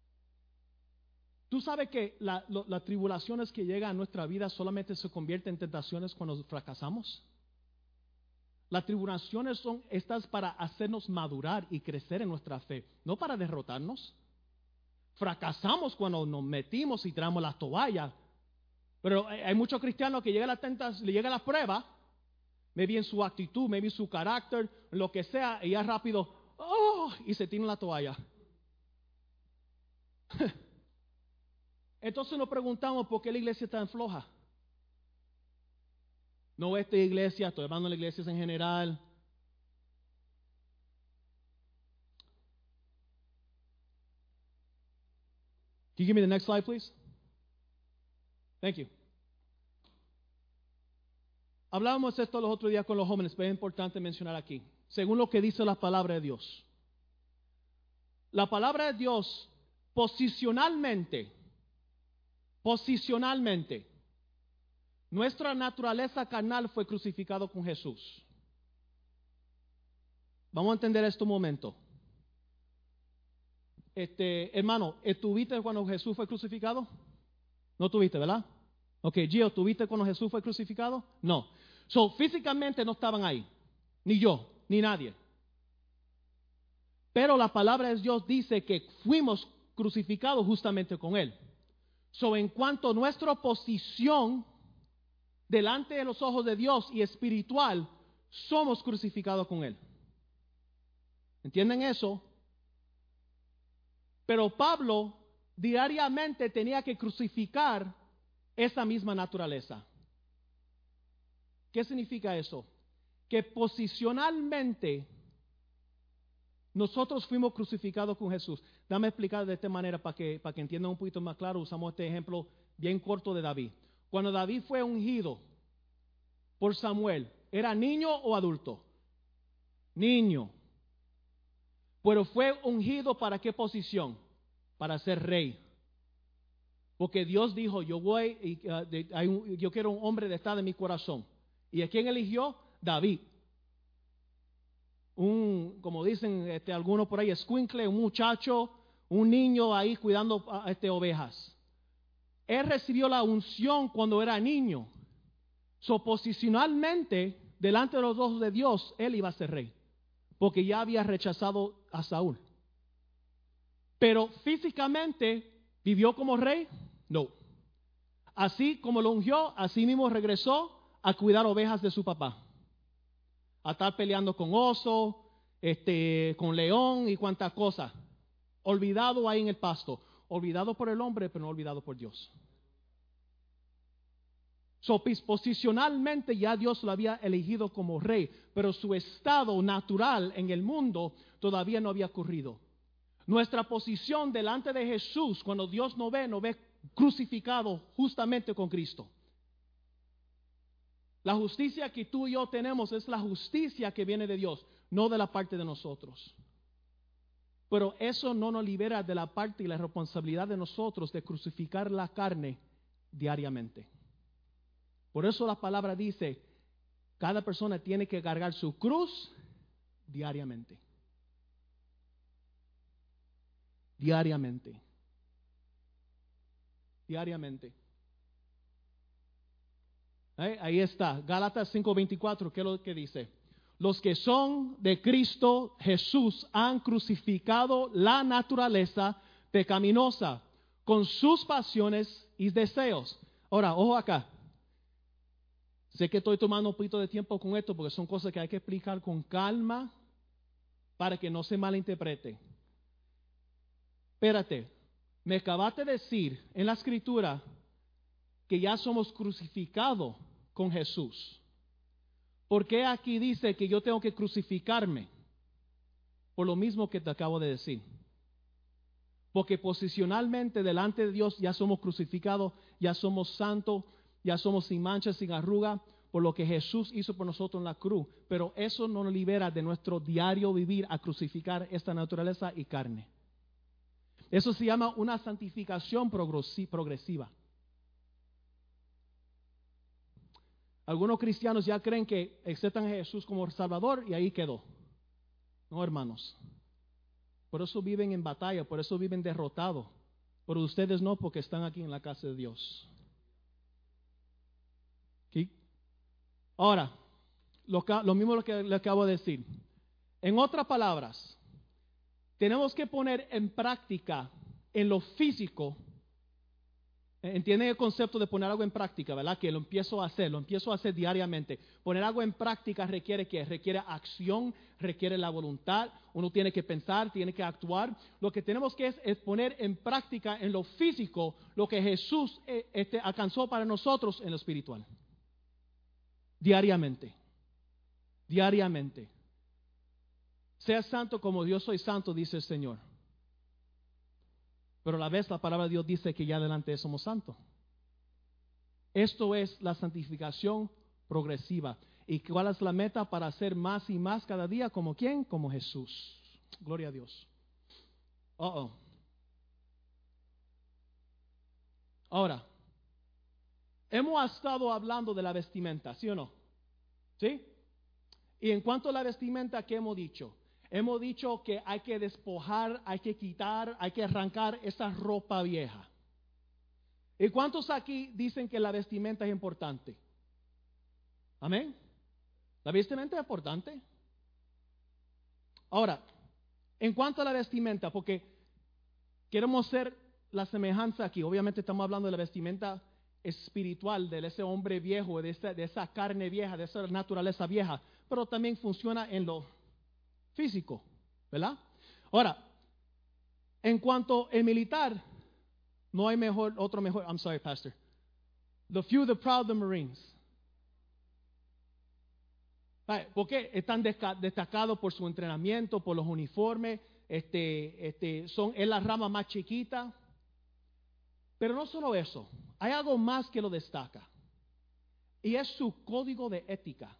Tú sabes que las tribulaciones que llegan a nuestra vida solamente se convierten en tentaciones cuando fracasamos. Las tribulaciones son estas para hacernos madurar y crecer en nuestra fe, no para derrotarnos. Fracasamos cuando nos metimos y tiramos las toallas. Pero hay muchos cristianos que llegan le llega la prueba, maybe en su actitud, maybe en su carácter, lo que sea, y ya rápido, y se tiran la toalla. Entonces nos preguntamos por qué la iglesia está tan floja. No esta iglesia, estoy hablando de las iglesias en general. Can you give me the next slide, please? Thank you. Hablábamos esto los otros días con los jóvenes, pero es importante mencionar aquí. Según lo que dice la palabra de Dios. La palabra de Dios posicionalmente, nuestra naturaleza carnal fue crucificado con Jesús. Vamos a entender esto un momento. Hermano, ¿estuviste cuando Jesús fue crucificado? No tuviste, ¿verdad? Ok, Gio, ¿tuviste cuando Jesús fue crucificado? No. So, físicamente no estaban ahí. Ni yo, ni nadie. Pero la palabra de Dios dice que fuimos crucificados justamente con Él. So, en cuanto a nuestra posición delante de los ojos de Dios y espiritual, somos crucificados con Él. ¿Entienden eso? Pero Pablo diariamente tenía que crucificar esa misma naturaleza. ¿Qué significa eso? Que posicionalmente nosotros fuimos crucificados con Jesús. Dame explicar de esta manera para que entiendan un poquito más claro. Usamos este ejemplo bien corto de David. Cuando David fue ungido por Samuel, ¿era niño o adulto? Niño. Pero fue ungido ¿para qué posición? Para ser rey. Porque Dios dijo, yo quiero un hombre de estar en mi corazón. ¿Y a quién eligió? David. Como dicen algunos por ahí, escuincle, un muchacho, un niño ahí cuidando ovejas. Él recibió la unción cuando era niño. So, posicionalmente, delante de los ojos de Dios, él iba a ser rey. Porque ya había rechazado a Saúl. Pero físicamente, ¿vivió como rey? No. Así como lo ungió, así mismo regresó a cuidar ovejas de su papá. A estar peleando con oso, con león y cuantas cosas. Olvidado ahí en el pasto. Olvidado por el hombre, pero no olvidado por Dios. So, posicionalmente ya Dios lo había elegido como rey, pero su estado natural en el mundo todavía no había ocurrido. Nuestra posición delante de Jesús, cuando Dios nos ve crucificado justamente con Cristo. La justicia que tú y yo tenemos es la justicia que viene de Dios, no de la parte de nosotros. Pero eso no nos libera de la parte y la responsabilidad de nosotros de crucificar la carne diariamente. Por eso la palabra dice, cada persona tiene que cargar su cruz diariamente. Diariamente. Ahí está, Gálatas 5:24, ¿qué es lo que dice? Los que son de Cristo Jesús han crucificado la naturaleza pecaminosa con sus pasiones y deseos. Ahora, ojo acá. Sé que estoy tomando un poquito de tiempo con esto porque son cosas que hay que explicar con calma para que no se malinterprete. Espérate, me acabaste de decir en la escritura que ya somos crucificados con Jesús. ¿Por qué aquí dice que yo tengo que crucificarme? Por lo mismo que te acabo de decir. Porque posicionalmente delante de Dios ya somos crucificados, ya somos santos, ya somos sin mancha, sin arruga, por lo que Jesús hizo por nosotros en la cruz. Pero eso no nos libera de nuestro diario vivir a crucificar esta naturaleza y carne. Eso se llama una santificación progresiva. Algunos cristianos ya creen que aceptan a Jesús como Salvador y ahí quedó. No, hermanos. Por eso viven en batalla, por eso viven derrotados. Pero ustedes no, porque están aquí en la casa de Dios. ¿Sí? Ahora, lo mismo que le acabo de decir. En otras palabras, tenemos que poner en práctica en lo físico. ¿Entienden el concepto de poner algo en práctica, verdad? Que lo empiezo a hacer diariamente. Poner algo en práctica requiere ¿qué? Requiere acción, requiere la voluntad. Uno tiene que pensar, tiene que actuar. Lo que tenemos que es poner en práctica en lo físico lo que Jesús alcanzó para nosotros en lo espiritual. diariamente. Diariamente. Sea santo como yo soy santo, dice el Señor. Pero a la vez la palabra de Dios dice que ya adelante somos santos. Esto es la santificación progresiva. ¿Y cuál es la meta? Para hacer más y más cada día. ¿Como quién? Como Jesús. Gloria a Dios. Ahora, hemos estado hablando de la vestimenta, ¿sí o no? ¿Sí? Y en cuanto a la vestimenta, ¿qué hemos dicho? Hemos dicho que hay que despojar, hay que quitar, hay que arrancar esa ropa vieja. ¿Y cuántos aquí dicen que la vestimenta es importante? Amén. ¿La vestimenta es importante? Ahora, en cuanto a la vestimenta, porque queremos hacer la semejanza aquí. Obviamente estamos hablando de la vestimenta espiritual, de ese hombre viejo, de esa carne vieja, de esa naturaleza vieja, pero también funciona en lo físico, ¿verdad? Ahora, en cuanto al militar, no hay otro mejor, I'm sorry, Pastor. The few, the proud, the Marines. Porque están destacados por su entrenamiento, por los uniformes, es la rama más chiquita. Pero no solo eso, hay algo más que lo destaca. Y es su código de ética.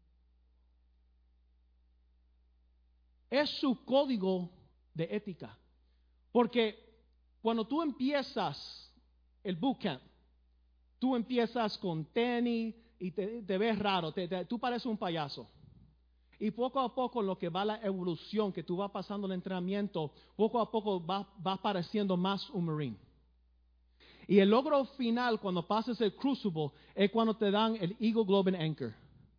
Es su código de ética. Porque cuando tú empiezas el bootcamp, tú empiezas con tenis y te ves raro, tú pareces un payaso. Y poco a poco, lo que va la evolución, que tú vas pasando el entrenamiento, poco a poco vas pareciendo más un Marine. Y el logro final, cuando pases el crucible, es cuando te dan el Eagle, Globe and Anchor.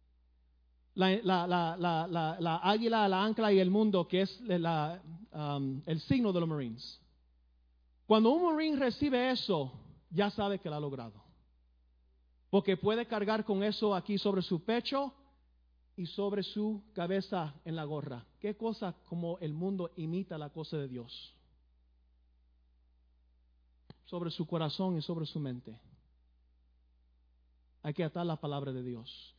La águila, la ancla y el mundo, que es el signo de los Marines. Cuando un Marine recibe eso, ya sabe que lo ha logrado. Porque puede cargar con eso aquí sobre su pecho y sobre su cabeza en la gorra. ¿Qué cosa como el mundo imita la cosa de Dios? Sobre su corazón y sobre su mente. Hay que atar la palabra de Dios.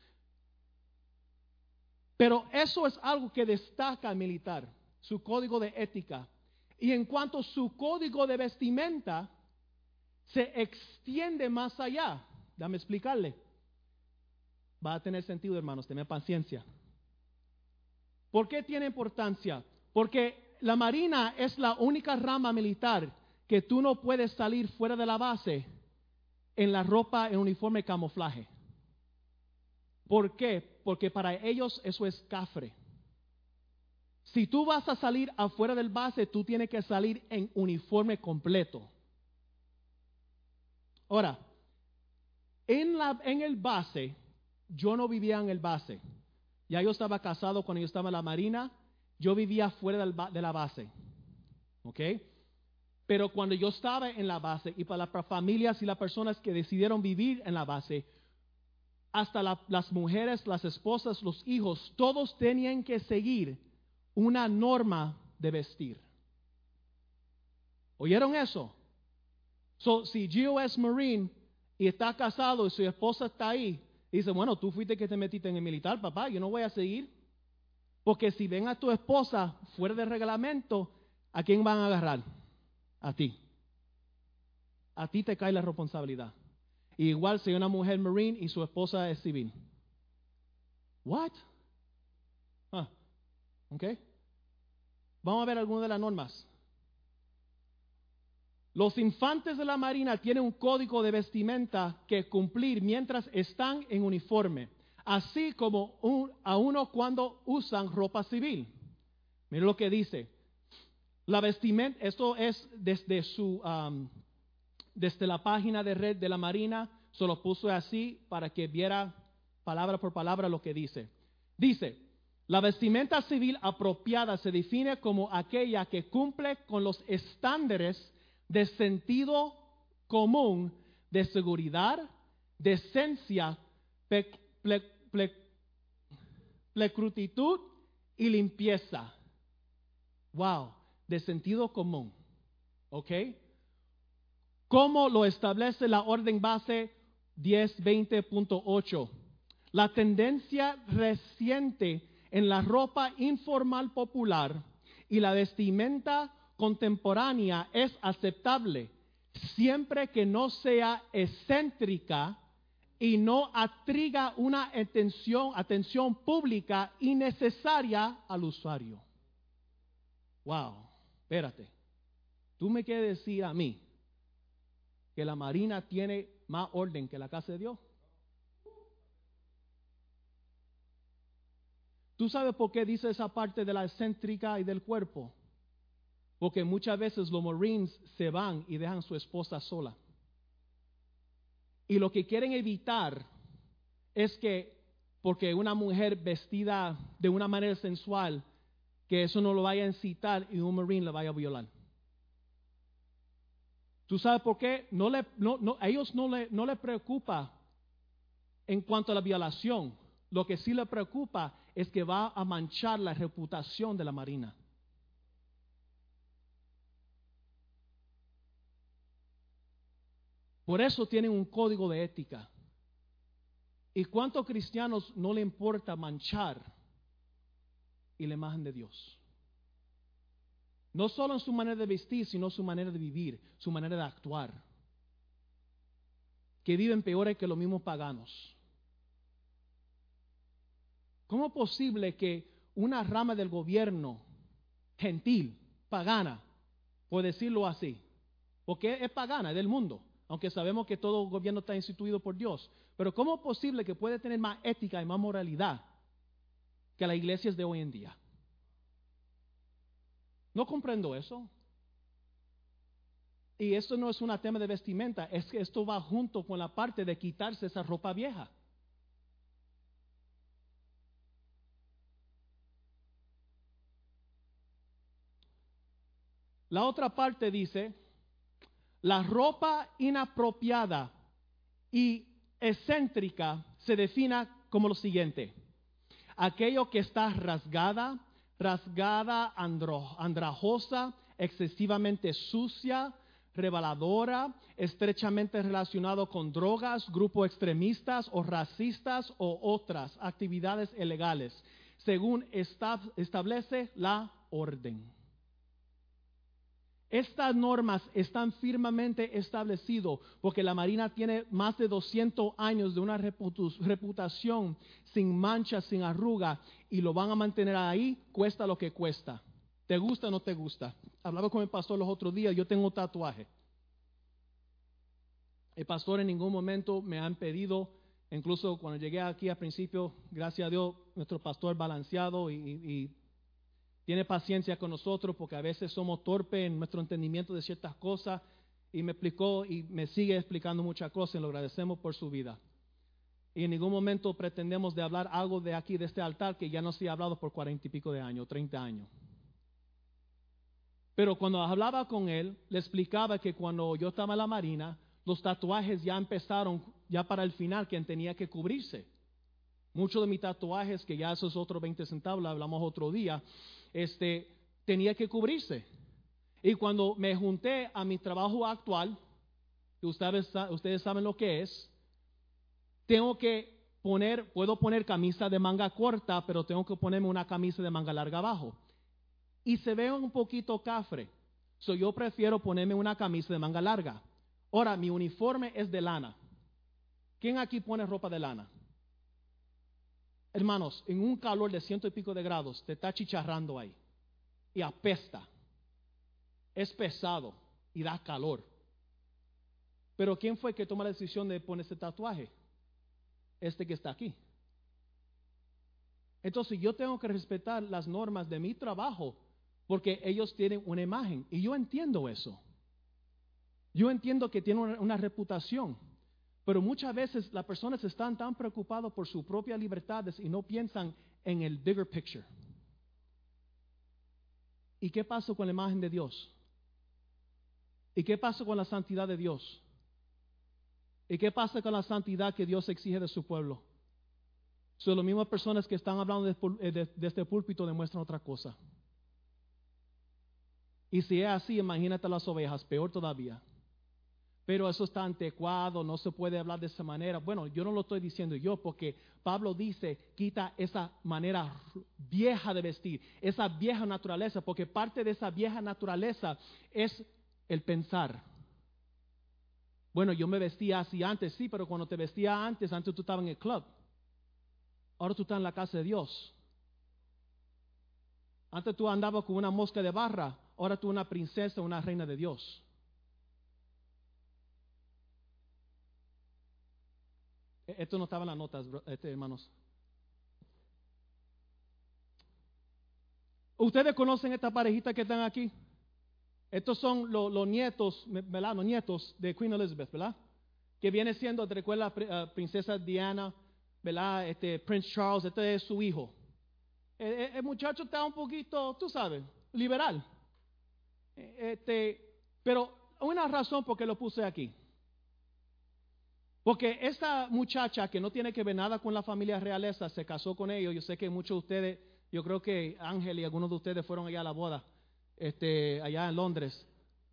Pero eso es algo que destaca al militar, su código de ética. Y en cuanto a su código de vestimenta, se extiende más allá. Déjame explicarle. Va a tener sentido, hermanos, tenme paciencia. ¿Por qué tiene importancia? Porque la Marina es la única rama militar que tú no puedes salir fuera de la base en la ropa, en uniforme camuflaje. ¿Por qué? Porque para ellos eso es cafre. Si tú vas a salir afuera del base, tú tienes que salir en uniforme completo. Ahora, en el base, yo no vivía en el base. Ya yo estaba casado cuando yo estaba en la Marina. Yo vivía fuera de la base. ¿Ok? Pero cuando yo estaba en la base, y para las familias y las personas que decidieron vivir en la base, hasta las mujeres, las esposas, los hijos, todos tenían que seguir una norma de vestir. ¿Oyeron eso? Si Gio es Marine y está casado y su esposa está ahí, y dice, bueno, tú fuiste que te metiste en el militar, papá, yo no voy a seguir. Porque si ven a tu esposa fuera del reglamento, ¿a quién van a agarrar? A ti. A ti te cae la responsabilidad. Y igual si una mujer Marine y su esposa es civil. What? Ok. Vamos a ver algunas de las normas. Los infantes de la Marina tienen un código de vestimenta que cumplir mientras están en uniforme, así como a uno cuando usan ropa civil. Miren lo que dice. La vestimenta, esto es desde la página de red de la Marina, se lo puso así para que viera palabra por palabra lo que dice. Dice, la vestimenta civil apropiada se define como aquella que cumple con los estándares de sentido común, de seguridad, decencia, pulcritud y limpieza. Wow, de sentido común. ¿Ok? ¿Cómo lo establece la orden base 1020.8? La tendencia reciente en la ropa informal popular y la vestimenta contemporánea es aceptable, siempre que no sea excéntrica y no atraiga una atención pública innecesaria al usuario. Wow, espérate. ¿Tú me quieres decir a mí que la Marina tiene más orden que la casa de Dios? ¿Tú sabes por qué dice esa parte de la excéntrica y del cuerpo? Porque muchas veces los Marines se van y dejan a su esposa sola. Y lo que quieren evitar es que, porque una mujer vestida de una manera sensual, que eso no lo vaya a incitar y un Marine la vaya a violar. ¿Tú sabes por qué? A ellos no le preocupa en cuanto a la violación. Lo que sí le preocupa es que va a manchar la reputación de la Marina. Por eso tienen un código de ética. ¿Y cuántos cristianos no le importa manchar y la imagen de Dios? No solo en su manera de vestir, sino su manera de vivir, su manera de actuar. Que viven peores que los mismos paganos. ¿Cómo es posible que una rama del gobierno gentil, pagana, por decirlo así, porque es pagana, es del mundo, aunque sabemos que todo gobierno está instituido por Dios, pero cómo es posible que puede tener más ética y más moralidad que las iglesias de hoy en día? No comprendo eso. Y esto no es un tema de vestimenta, es que esto va junto con la parte de quitarse esa ropa vieja. La otra parte dice, la ropa inapropiada y excéntrica se define como lo siguiente: aquello que está rasgada, andrajosa, excesivamente sucia, reveladora, estrechamente relacionado con drogas, grupos extremistas o racistas o otras actividades ilegales, según establece la orden. Estas normas están firmemente establecidas porque la Marina tiene más de 200 años de una reputación sin mancha, sin arruga, y lo van a mantener ahí, cuesta lo que cuesta. ¿Te gusta o no te gusta? Hablaba con el pastor los otros días, yo tengo un tatuaje. El pastor en ningún momento me han pedido, incluso cuando llegué aquí al principio, gracias a Dios, nuestro pastor balanceado y tiene paciencia con nosotros porque a veces somos torpes en nuestro entendimiento de ciertas cosas, y me explicó y me sigue explicando muchas cosas y lo agradecemos por su vida. Y en ningún momento pretendemos de hablar algo de aquí, de este altar, que ya no se ha hablado por 40 y pico de años, 30 años. Pero cuando hablaba con él, le explicaba que cuando yo estaba en la Marina, los tatuajes ya empezaron ya para el final, quien tenía que cubrirse. Muchos de mis tatuajes, que ya esos otros 20 centavos, hablamos otro día, tenía que cubrirse. Y cuando me junté a mi trabajo actual, que ustedes saben lo que es, puedo poner camisa de manga corta, pero tengo que ponerme una camisa de manga larga abajo. Y se ve un poquito cafre. Yo prefiero ponerme una camisa de manga larga. Ahora, mi uniforme es de lana. ¿Quién aquí pone ropa de lana? Hermanos, en un calor de 100 y pico de grados, te está chicharrando ahí. Y apesta. Es pesado y da calor. Pero ¿quién fue que tomó la decisión de poner ese tatuaje? Este que está aquí. Entonces yo tengo que respetar las normas de mi trabajo porque ellos tienen una imagen. Y yo entiendo eso. Yo entiendo que tienen una reputación. Pero muchas veces las personas están tan preocupadas por sus propias libertades y no piensan en el bigger picture. ¿Y qué pasa con la imagen de Dios? ¿Y qué pasa con la santidad de Dios? ¿Y qué pasa con la santidad que Dios exige de su pueblo? Son las mismas personas que están hablando de este púlpito demuestran otra cosa. Y si es así, imagínate las ovejas, peor todavía. pero eso está anticuado, no se puede hablar de esa manera. Bueno, yo no lo estoy diciendo yo, porque Pablo dice, quita esa manera vieja de vestir, esa vieja naturaleza, porque parte de esa vieja naturaleza es el pensar. Bueno, yo me vestía así antes, sí, pero cuando te vestía antes tú estabas en el club. Ahora tú estás en la casa de Dios. Antes tú andabas con una mosca de barra, ahora tú una princesa, una reina de Dios. Esto no estaba en las notas, hermanos. ¿Ustedes conocen esta parejita que están aquí? Estos son los nietos, ¿verdad? Los nietos de Queen Elizabeth, ¿verdad? Que viene siendo, te recuerdas, princesa Diana, ¿verdad? Prince Charles, este es su hijo. El muchacho está un poquito, tú sabes, liberal. Pero una razón por qué lo puse aquí. Porque esta muchacha que no tiene que ver nada con la familia realeza se casó con ellos. Yo sé que muchos de ustedes, yo creo que Ángel y algunos de ustedes fueron allá a la boda, allá en Londres.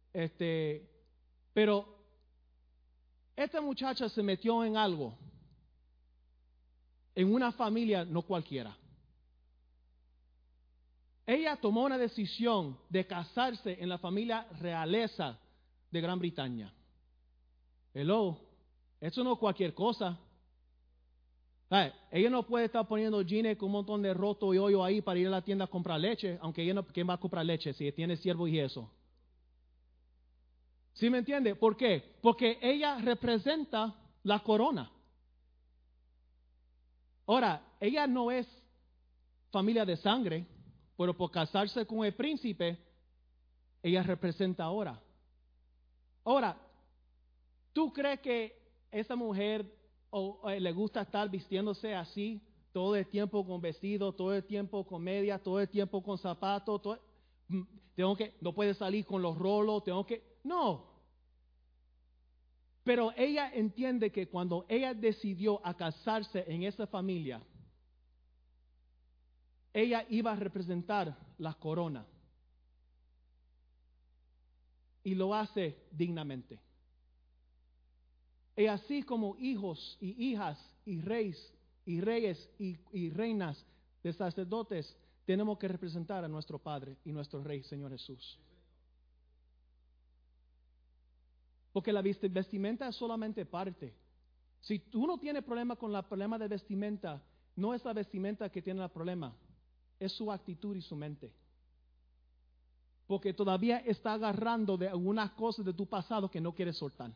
Pero esta muchacha se metió en algo, en una familia no cualquiera. Ella tomó una decisión de casarse en la familia realeza de Gran Bretaña. Hello, eso no es cualquier cosa. Ella no puede estar poniendo jeans con un montón de roto y hoyo ahí para ir a la tienda a comprar leche, aunque ella no, ¿quién va a comprar leche si tiene siervo y eso? ¿Sí me entiende? ¿Por qué? Porque ella representa la corona. Ahora, ella no es familia de sangre, pero por casarse con el príncipe, ella representa ahora. Ahora, ¿tú crees que esa mujer le gusta estar vistiéndose así todo el tiempo con vestido, todo el tiempo con media, todo el tiempo con zapatos? No puede salir con los rolos, no. Pero ella entiende que cuando ella decidió a casarse en esa familia, ella iba a representar la corona. Y lo hace dignamente. Y así como hijos y hijas y reyes y reinas de sacerdotes, tenemos que representar a nuestro Padre y nuestro Rey, Señor Jesús. Porque la vestimenta es solamente parte. Si tú no tienes problema con el problema de vestimenta, no es la vestimenta que tiene el problema, es su actitud y su mente. Porque todavía está agarrando de algunas cosas de tu pasado que no quieres soltar.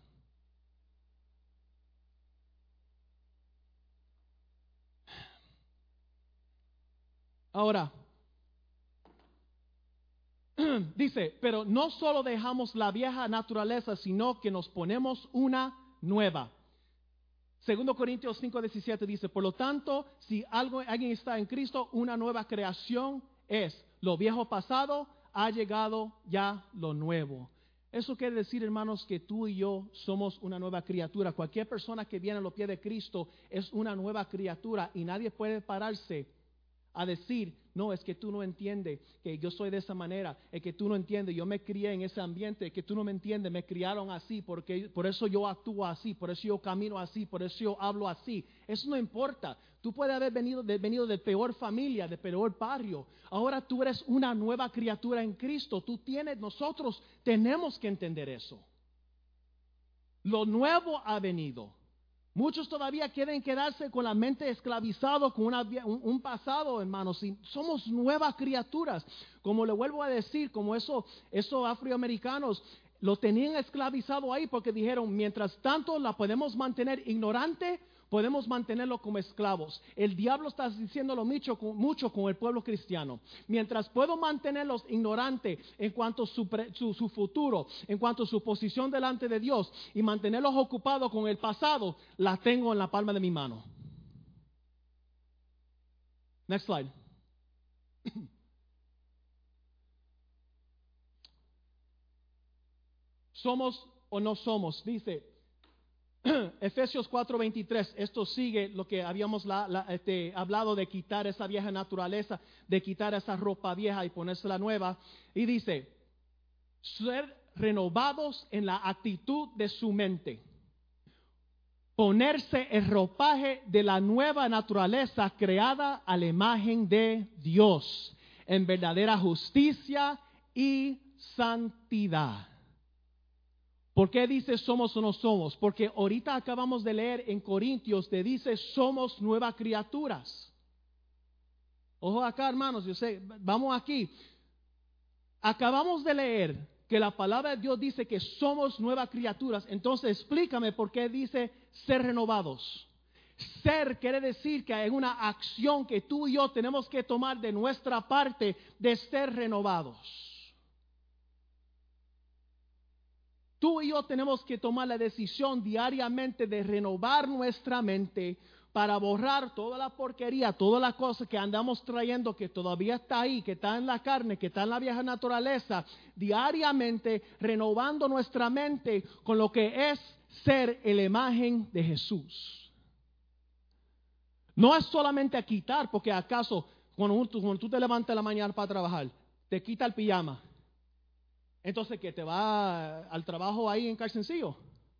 Ahora, dice, pero no solo dejamos la vieja naturaleza, sino que nos ponemos una nueva. 2 Corintios 5:17 dice, por lo tanto, si alguien está en Cristo, una nueva creación es. Lo viejo pasado, ha llegado ya lo nuevo. Eso quiere decir, hermanos, que tú y yo somos una nueva criatura. Cualquier persona que viene a los pies de Cristo es una nueva criatura y nadie puede pararse a decir, no, es que tú no entiendes que yo soy de esa manera, es que tú no entiendes, yo me crié en ese ambiente, es que tú no me entiendes, me criaron así, por eso yo actúo así, por eso yo camino así, por eso yo hablo así. Eso no importa. Tú puedes haber venido de peor familia, de peor barrio. Ahora tú eres una nueva criatura en Cristo. Nosotros tenemos que entender eso. Lo nuevo ha venido. Muchos todavía quieren quedarse con la mente esclavizado con un pasado, hermanos. Y somos nuevas criaturas. Como le vuelvo a decir, como esos afroamericanos lo tenían esclavizado ahí porque dijeron, mientras tanto la podemos mantener ignorante, podemos mantenerlo como esclavos. El diablo está diciendo lo mucho con el pueblo cristiano. Mientras puedo mantenerlos ignorantes en cuanto a su futuro, en cuanto a su posición delante de Dios y mantenerlos ocupados con el pasado, la tengo en la palma de mi mano. Next slide. ¿Somos o no somos? Dice Efesios 4:23, esto sigue lo que habíamos hablado de quitar esa vieja naturaleza, de quitar esa ropa vieja y ponerse la nueva. Y dice, renovados en la actitud de su mente. Ponerse el ropaje de la nueva naturaleza creada a la imagen de Dios, en verdadera justicia y santidad. ¿Por qué dice somos o no somos? Porque ahorita acabamos de leer en Corintios, te dice somos nuevas criaturas. Ojo acá, hermanos, yo sé, vamos aquí. Acabamos de leer que la palabra de Dios dice que somos nuevas criaturas. Entonces explícame por qué dice ser renovados. Ser quiere decir que hay una acción que tú y yo tenemos que tomar de nuestra parte de ser renovados. Tú y yo tenemos que tomar la decisión diariamente de renovar nuestra mente para borrar toda la porquería, todas las cosas que andamos trayendo, que todavía está ahí, que está en la carne, que está en la vieja naturaleza, diariamente renovando nuestra mente con lo que es ser la imagen de Jesús. No es solamente a quitar, porque acaso cuando tú te levantas en la mañana para trabajar, te quita el pijama. Entonces, ¿qué te va al trabajo ahí en calzoncillo?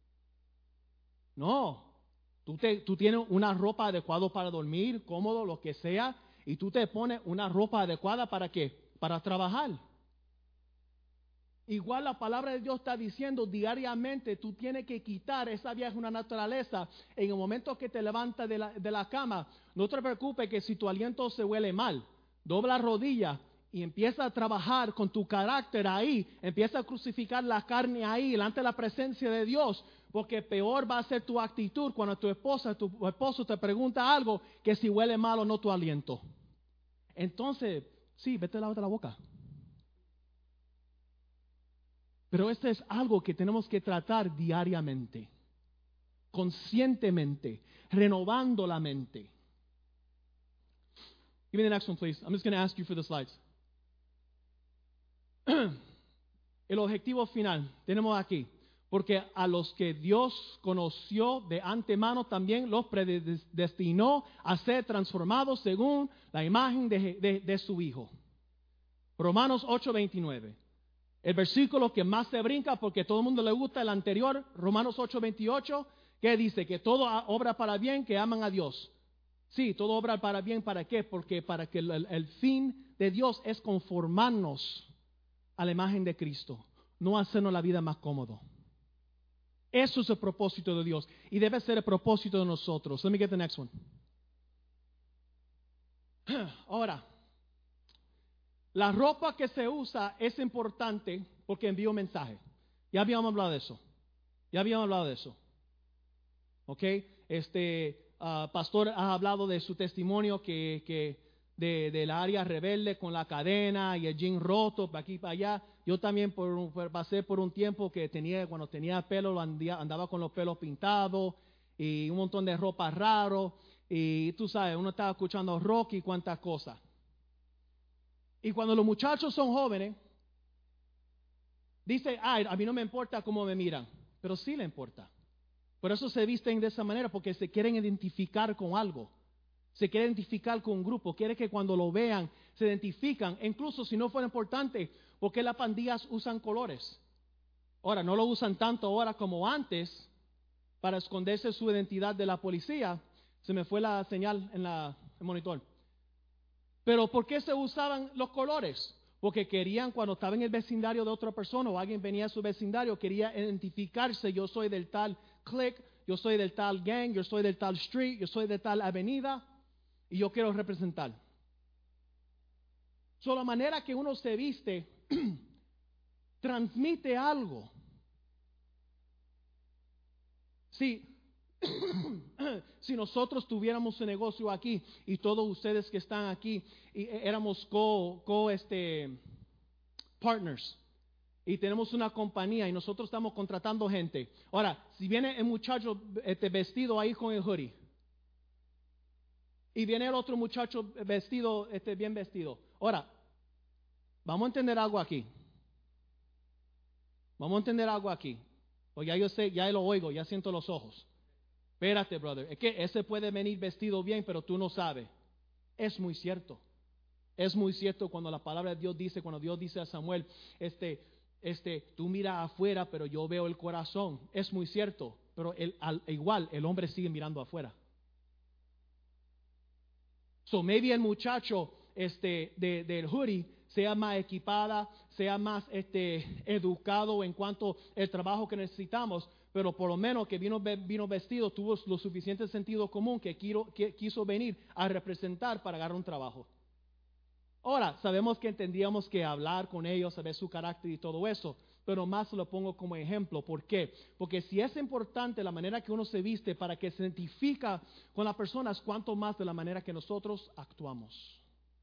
No. Tú tienes una ropa adecuada para dormir, cómodo, lo que sea, y tú te pones una ropa adecuada ¿para qué? Para trabajar. Igual la palabra de Dios está diciendo diariamente, tú tienes que quitar esa vieja naturaleza. En el momento que te levantas de la cama, no te preocupes que si tu aliento se huele mal, dobla rodilla y empieza a trabajar con tu carácter ahí, empieza a crucificar la carne ahí, delante de la presencia de Dios. Porque peor va a ser tu actitud cuando tu esposa, tu esposo te pregunta algo que si huele mal o no tu aliento. Entonces, sí, vete a lavarte la boca. Pero esto es algo que tenemos que tratar diariamente, conscientemente, renovando la mente. Give me the next one, please. I'm just going to ask you for the slides. El objetivo final, tenemos aquí. Porque a los que Dios conoció de antemano también los predestinó a ser transformados según la imagen de su Hijo. Romanos 8:29. El versículo que más se brinca porque todo el mundo le gusta el anterior, Romanos 8:28, que dice que todo obra para bien que aman a Dios. Sí, todo obra para bien, ¿para qué? Porque para que el fin de Dios es conformarnos a la imagen de Cristo, no hacernos la vida más cómodo. Eso es el propósito de Dios y debe ser el propósito de nosotros. Let me get the next one. Ahora, la ropa que se usa es importante porque envía un mensaje. Ya habíamos hablado de eso. ¿Ok? Pastor ha hablado de su testimonio de la área rebelde con la cadena y el jean roto para aquí para allá. Yo también pasé por un tiempo que cuando tenía pelo andaba con los pelos pintados y un montón de ropa raro y tú sabes, uno estaba escuchando rock y cuantas cosas. Y cuando los muchachos son jóvenes, dicen, a mí no me importa cómo me miran, pero sí le importa. Por eso se visten de esa manera, porque se quieren identificar con algo. Se quiere identificar con un grupo, quiere que cuando lo vean se identifican, incluso si no fuera importante, porque las pandillas usan colores. Ahora, no lo usan tanto ahora como antes para esconderse su identidad de la policía. Se me fue la señal en el monitor. Pero ¿por qué se usaban los colores? Porque querían, cuando estaba en el vecindario de otra persona o alguien venía a su vecindario, quería identificarse. Yo soy del tal clique, yo soy del tal gang, yo soy del tal street, yo soy de tal avenida y yo quiero representar. So, la manera que uno se viste transmite algo. Si nosotros tuviéramos un negocio aquí y todos ustedes que están aquí y éramos partners y tenemos una compañía y nosotros estamos contratando gente. Ahora, si viene el muchacho vestido ahí con el hoodie y viene el otro muchacho vestido, bien vestido. Ahora, vamos a entender algo aquí. O ya yo sé, ya lo oigo, ya siento los ojos. Espérate, brother, es que ese puede venir vestido bien, pero tú no sabes. Es muy cierto. Es muy cierto cuando la palabra de Dios dice, cuando Dios dice a Samuel, tú miras afuera, pero yo veo el corazón. Es muy cierto, pero igual el hombre sigue mirando afuera. So maybe el muchacho del hoodie sea más equipada, sea más educado en cuanto al trabajo que necesitamos, pero por lo menos que vino vestido, tuvo lo suficiente sentido común que quiso venir a representar para agarrar un trabajo. Ahora, sabemos que tendríamos que hablar con ellos, saber su carácter y todo eso, pero más lo pongo como ejemplo. ¿Por qué? Porque si es importante la manera que uno se viste para que se identifica con las personas, cuanto más de la manera que nosotros actuamos.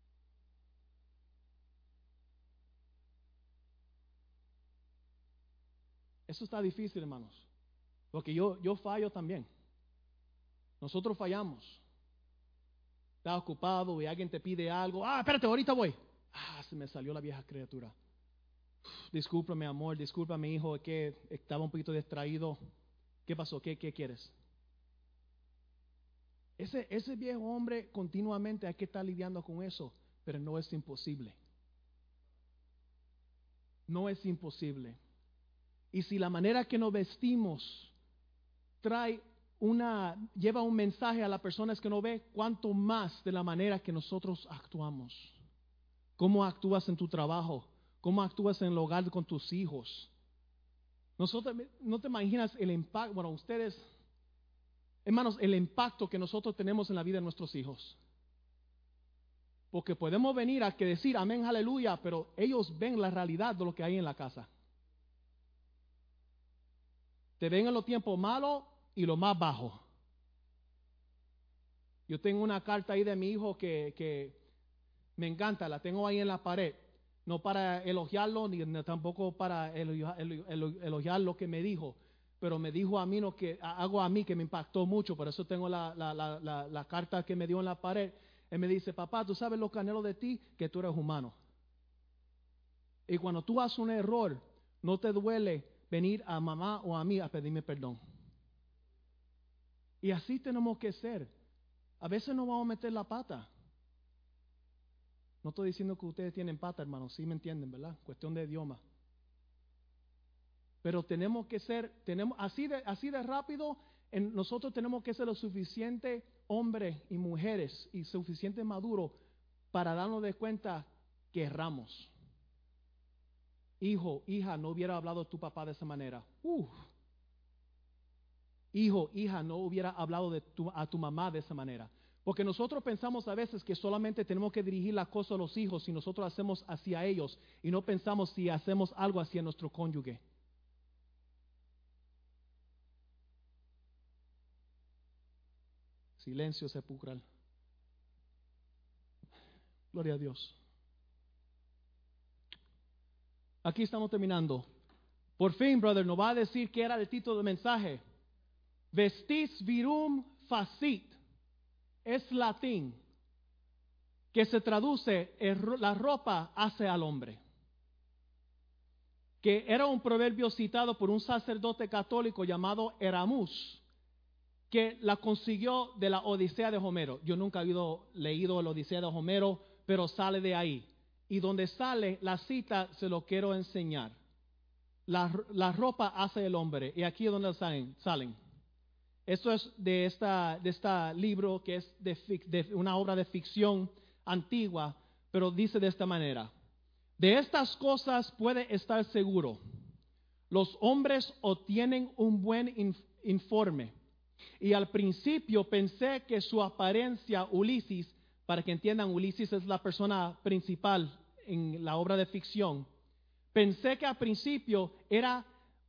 Eso está difícil, hermanos, porque yo fallo también. Nosotros fallamos. Estás ocupado y alguien te pide algo. Espérate, ahorita voy. Se me salió la vieja criatura. Discúlpame, amor, discúlpame, hijo, es que estaba un poquito distraído. ¿Qué pasó? ¿Qué quieres? Ese viejo hombre continuamente hay que estar lidiando con eso, pero no es imposible. No es imposible. Y si la manera que nos vestimos lleva un mensaje a las personas que nos ve, cuánto más de la manera que nosotros actuamos. ¿Cómo actúas en tu trabajo? ¿Cómo actúas en el hogar con tus hijos? No te imaginas el impacto, bueno, ustedes, hermanos, el impacto que nosotros tenemos en la vida de nuestros hijos. Porque podemos venir a decir amén, aleluya, pero ellos ven la realidad de lo que hay en la casa. Te ven en los tiempos malos y lo más bajo. Yo tengo una carta ahí de mi hijo que me encanta, la tengo ahí en la pared. No para elogiarlo, ni tampoco para elogiar lo que me dijo. Pero me dijo a mí algo a mí que me impactó mucho. Por eso tengo la carta que me dio en la pared. Él me dice, papá, ¿tú sabes lo que anhelo de ti? Que tú eres humano. Y cuando tú haces un error, no te duele venir a mamá o a mí a pedirme perdón. Y así tenemos que ser. A veces nos vamos a meter la pata. No estoy diciendo que ustedes tienen pata, hermanos, sí me entienden, ¿verdad? Cuestión de idioma. Pero tenemos que ser, así de rápido, nosotros tenemos que ser lo suficiente hombres y mujeres y suficiente maduros para darnos de cuenta que erramos. Hijo, hija, no hubiera hablado tu papá de esa manera. Hijo, hija, no hubiera hablado a tu mamá de esa manera. Porque nosotros pensamos a veces que solamente tenemos que dirigir la cosa a los hijos si nosotros hacemos hacia ellos y no pensamos si hacemos algo hacia nuestro cónyuge. Silencio sepulcral. Gloria a Dios. Aquí estamos terminando. Por fin, brother, nos va a decir qué era el título del mensaje. Vestis virum facit. Es latín, que se traduce, la ropa hace al hombre. Que era un proverbio citado por un sacerdote católico llamado Eramus, que la consiguió de la Odisea de Homero. Yo nunca he leído la Odisea de Homero, pero sale de ahí. Y donde sale la cita se lo quiero enseñar. La ropa hace el hombre. Y aquí es donde salen. Esto es de este libro que es de una obra de ficción antigua, pero dice de esta manera. De estas cosas puede estar seguro. Los hombres obtienen un buen informe. Y al principio pensé que su apariencia, Ulises, para que entiendan, Ulises es la persona principal en la obra de ficción. Pensé que al principio era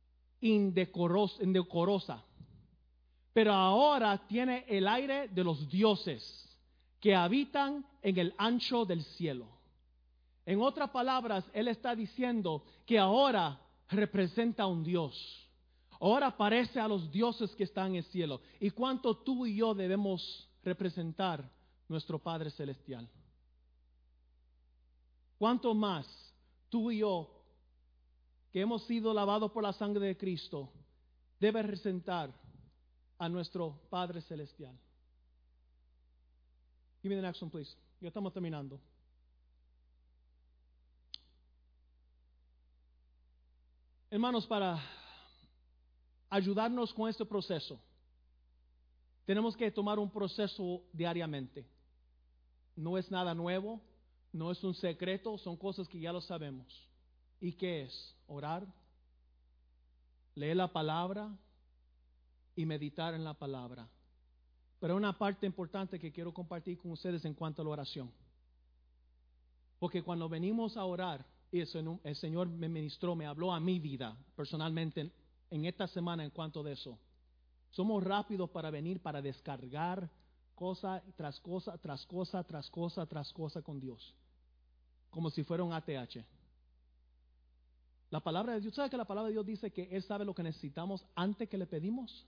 indecorosa. Pero ahora tiene el aire de los dioses que habitan en el ancho del cielo. En otras palabras, él está diciendo que ahora representa a un Dios. Ahora parece a los dioses que están en el cielo. ¿Y cuánto tú y yo debemos representar nuestro Padre Celestial? ¿Cuánto más tú y yo, que hemos sido lavados por la sangre de Cristo, debe representar a nuestro Padre Celestial? Give me the next one, please. Ya estamos terminando. Hermanos, para ayudarnos con este proceso, tenemos que tomar un proceso diariamente. No es nada nuevo, no es un secreto, son cosas que ya lo sabemos. ¿Y qué es? Orar, leer la palabra y meditar en la palabra. Pero una parte importante que quiero compartir con ustedes en cuanto a la oración. Porque cuando venimos a orar, y el Señor me ministró, me habló a mi vida personalmente en esta semana en cuanto de eso. Somos rápidos para venir, para descargar cosa tras cosa, tras cosa, tras cosa, tras cosa con Dios. Como si fuera un ATH. La palabra de Dios, ¿sabe que la palabra de Dios dice que Él sabe lo que necesitamos antes que le pedimos?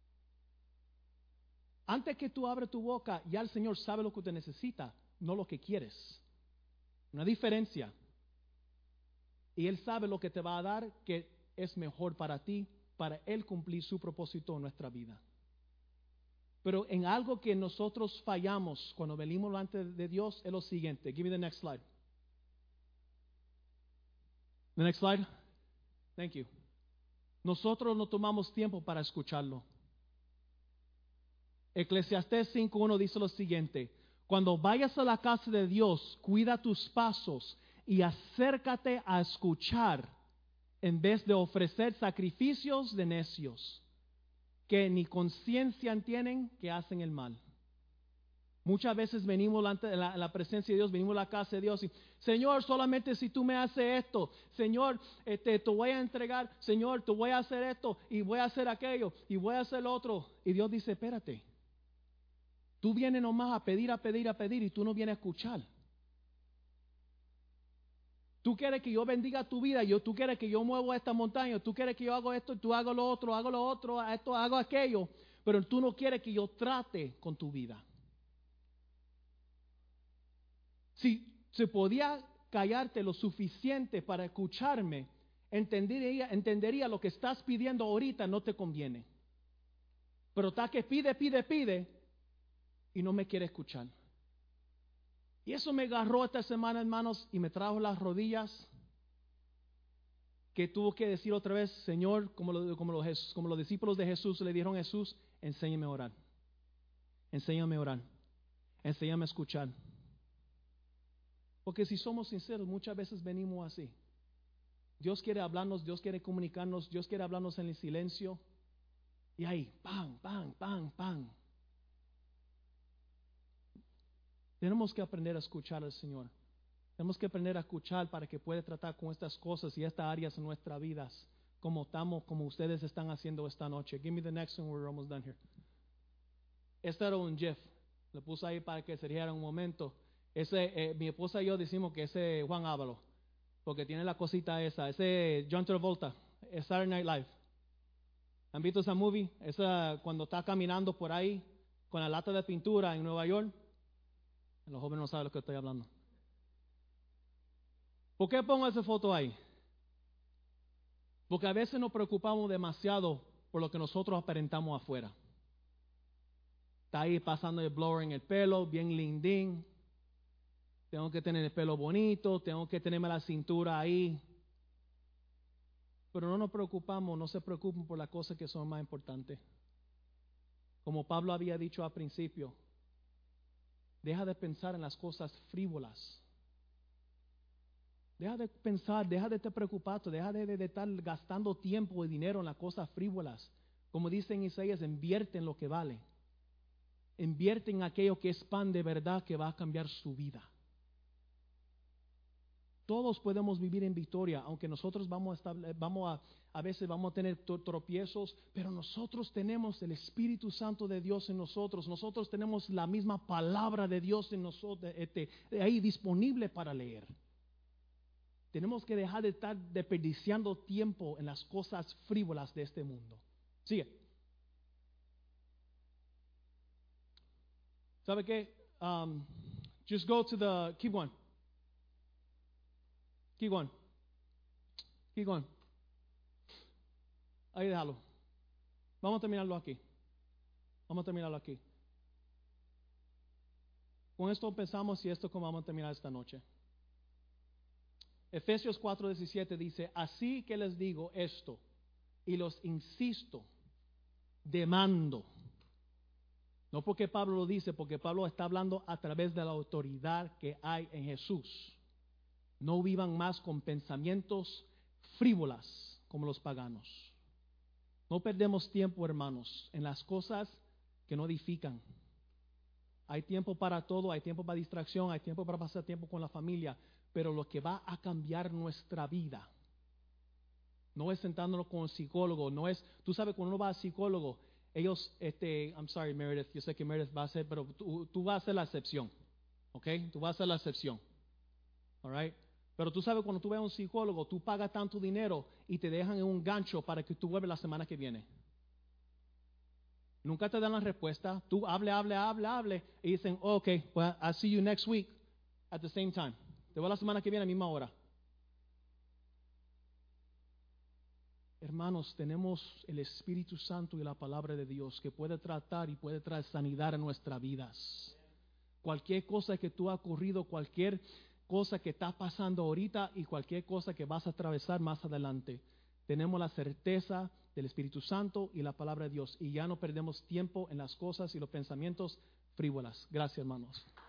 Antes que tú abres tu boca, ya el Señor sabe lo que usted necesita, no lo que quieres. Una diferencia. Y Él sabe lo que te va a dar, que es mejor para ti, para Él cumplir su propósito en nuestra vida. Pero en algo que nosotros fallamos cuando venimos delante de Dios es lo siguiente. Give me the next slide. The next slide. Thank you. Nosotros no tomamos tiempo para escucharlo. Eclesiastés 5:1 dice lo siguiente: cuando vayas a la casa de Dios, cuida tus pasos y acércate a escuchar en vez de ofrecer sacrificios de necios que ni conciencia tienen, que hacen el mal. Muchas veces venimos en la presencia de Dios, venimos a la casa de Dios y, Señor, solamente si tú me haces esto, Señor, te voy a entregar, Señor, te voy a hacer esto y voy a hacer aquello y voy a hacer lo otro. Y Dios dice, espérate, tú vienes nomás a pedir y tú no vienes a escuchar. Tú quieres que yo bendiga tu vida, tú quieres que yo mueva esta montaña, tú quieres que yo haga esto, tú hagas lo otro, esto, hago aquello, pero tú no quieres que yo trate con tu vida. Si se podía callarte lo suficiente para escucharme, entendería lo que estás pidiendo ahorita no te conviene. Pero está que pide y no me quiere escuchar. Y eso me agarró esta semana, hermanos, y me trajo las rodillas, que tuvo que decir otra vez, Señor, como los discípulos de Jesús le dijeron a Jesús, enséñame a orar. Enséñame a orar. Enséñame a escuchar. Porque si somos sinceros, muchas veces venimos así. Dios quiere hablarnos, Dios quiere comunicarnos, Dios quiere hablarnos en el silencio. Y ahí, ¡pam, pam, pam, pam! Tenemos que aprender a escuchar al Señor. Tenemos que aprender a escuchar para que pueda tratar con estas cosas y estas áreas en nuestras vidas, como ustedes están haciendo esta noche. Give me the next one, we're almost done here. Este era un GIF. Lo puse ahí para que se diera un momento. Mi esposa y yo decimos que ese es Juan Ávalo, porque tiene la cosita esa. Ese John Travolta, Saturday Night Live. ¿Han visto esa movie? Esa cuando está caminando por ahí con la lata de pintura en Nueva York. Los jóvenes no saben lo que estoy hablando. ¿Por qué pongo esa foto ahí? Porque a veces nos preocupamos demasiado por lo que nosotros aparentamos afuera. Está ahí pasando el blower en el pelo, bien lindín. Tengo que tener el pelo bonito, tengo que tenerme la cintura ahí. Pero no nos preocupamos, no se preocupen por las cosas que son más importantes. Como Pablo había dicho al principio, deja de pensar en las cosas frívolas. Deja de pensar, deja de estar preocupado, deja de estar gastando tiempo y dinero en las cosas frívolas. Como dice en Isaías, invierte en lo que vale. Invierte en aquello que es pan de verdad que va a cambiar su vida. Todos podemos vivir en victoria, aunque nosotros a veces vamos a tener tropiezos, pero nosotros tenemos el Espíritu Santo de Dios en nosotros. Nosotros tenemos la misma palabra de Dios en nosotros, ahí disponible para leer. Tenemos que dejar de estar desperdiciando tiempo en las cosas frívolas de este mundo. Sigue. ¿Sabe qué? Just go to keep going. Keep going. Keep going. Ahí déjalo. Vamos a terminarlo aquí. Con esto empezamos y esto como vamos a terminar esta noche. Efesios 4:17 dice, así que les digo esto, y los insisto, demando. No porque Pablo lo dice, porque Pablo está hablando a través de la autoridad que hay en Jesús. No vivan más con pensamientos frívolas como los paganos. No perdemos tiempo, hermanos, en las cosas que no edifican. Hay tiempo para todo, hay tiempo para distracción, hay tiempo para pasar tiempo con la familia, pero lo que va a cambiar nuestra vida no es sentándonos con un psicólogo, no es, tú sabes, cuando uno va al psicólogo, ellos, I'm sorry Meredith, yo sé que Meredith va a ser, pero tú vas a ser la excepción, ¿ok? Tú vas a ser la excepción, all right? Pero tú sabes, cuando tú ves a un psicólogo, tú pagas tanto dinero y te dejan en un gancho para que tú vuelvas la semana que viene. Nunca te dan la respuesta, tú hable, y dicen, ok, well, I'll see you next week at the same time. Te veo la semana que viene a la misma hora. Hermanos, tenemos el Espíritu Santo y la palabra de Dios que puede tratar y puede traer sanidad a nuestras vidas. Cualquier cosa que tú has ocurrido, cualquier cosa que está pasando ahorita y cualquier cosa que vas a atravesar más adelante, tenemos la certeza del Espíritu Santo y la palabra de Dios y ya no perdemos tiempo en las cosas y los pensamientos frívolas. Gracias, hermanos.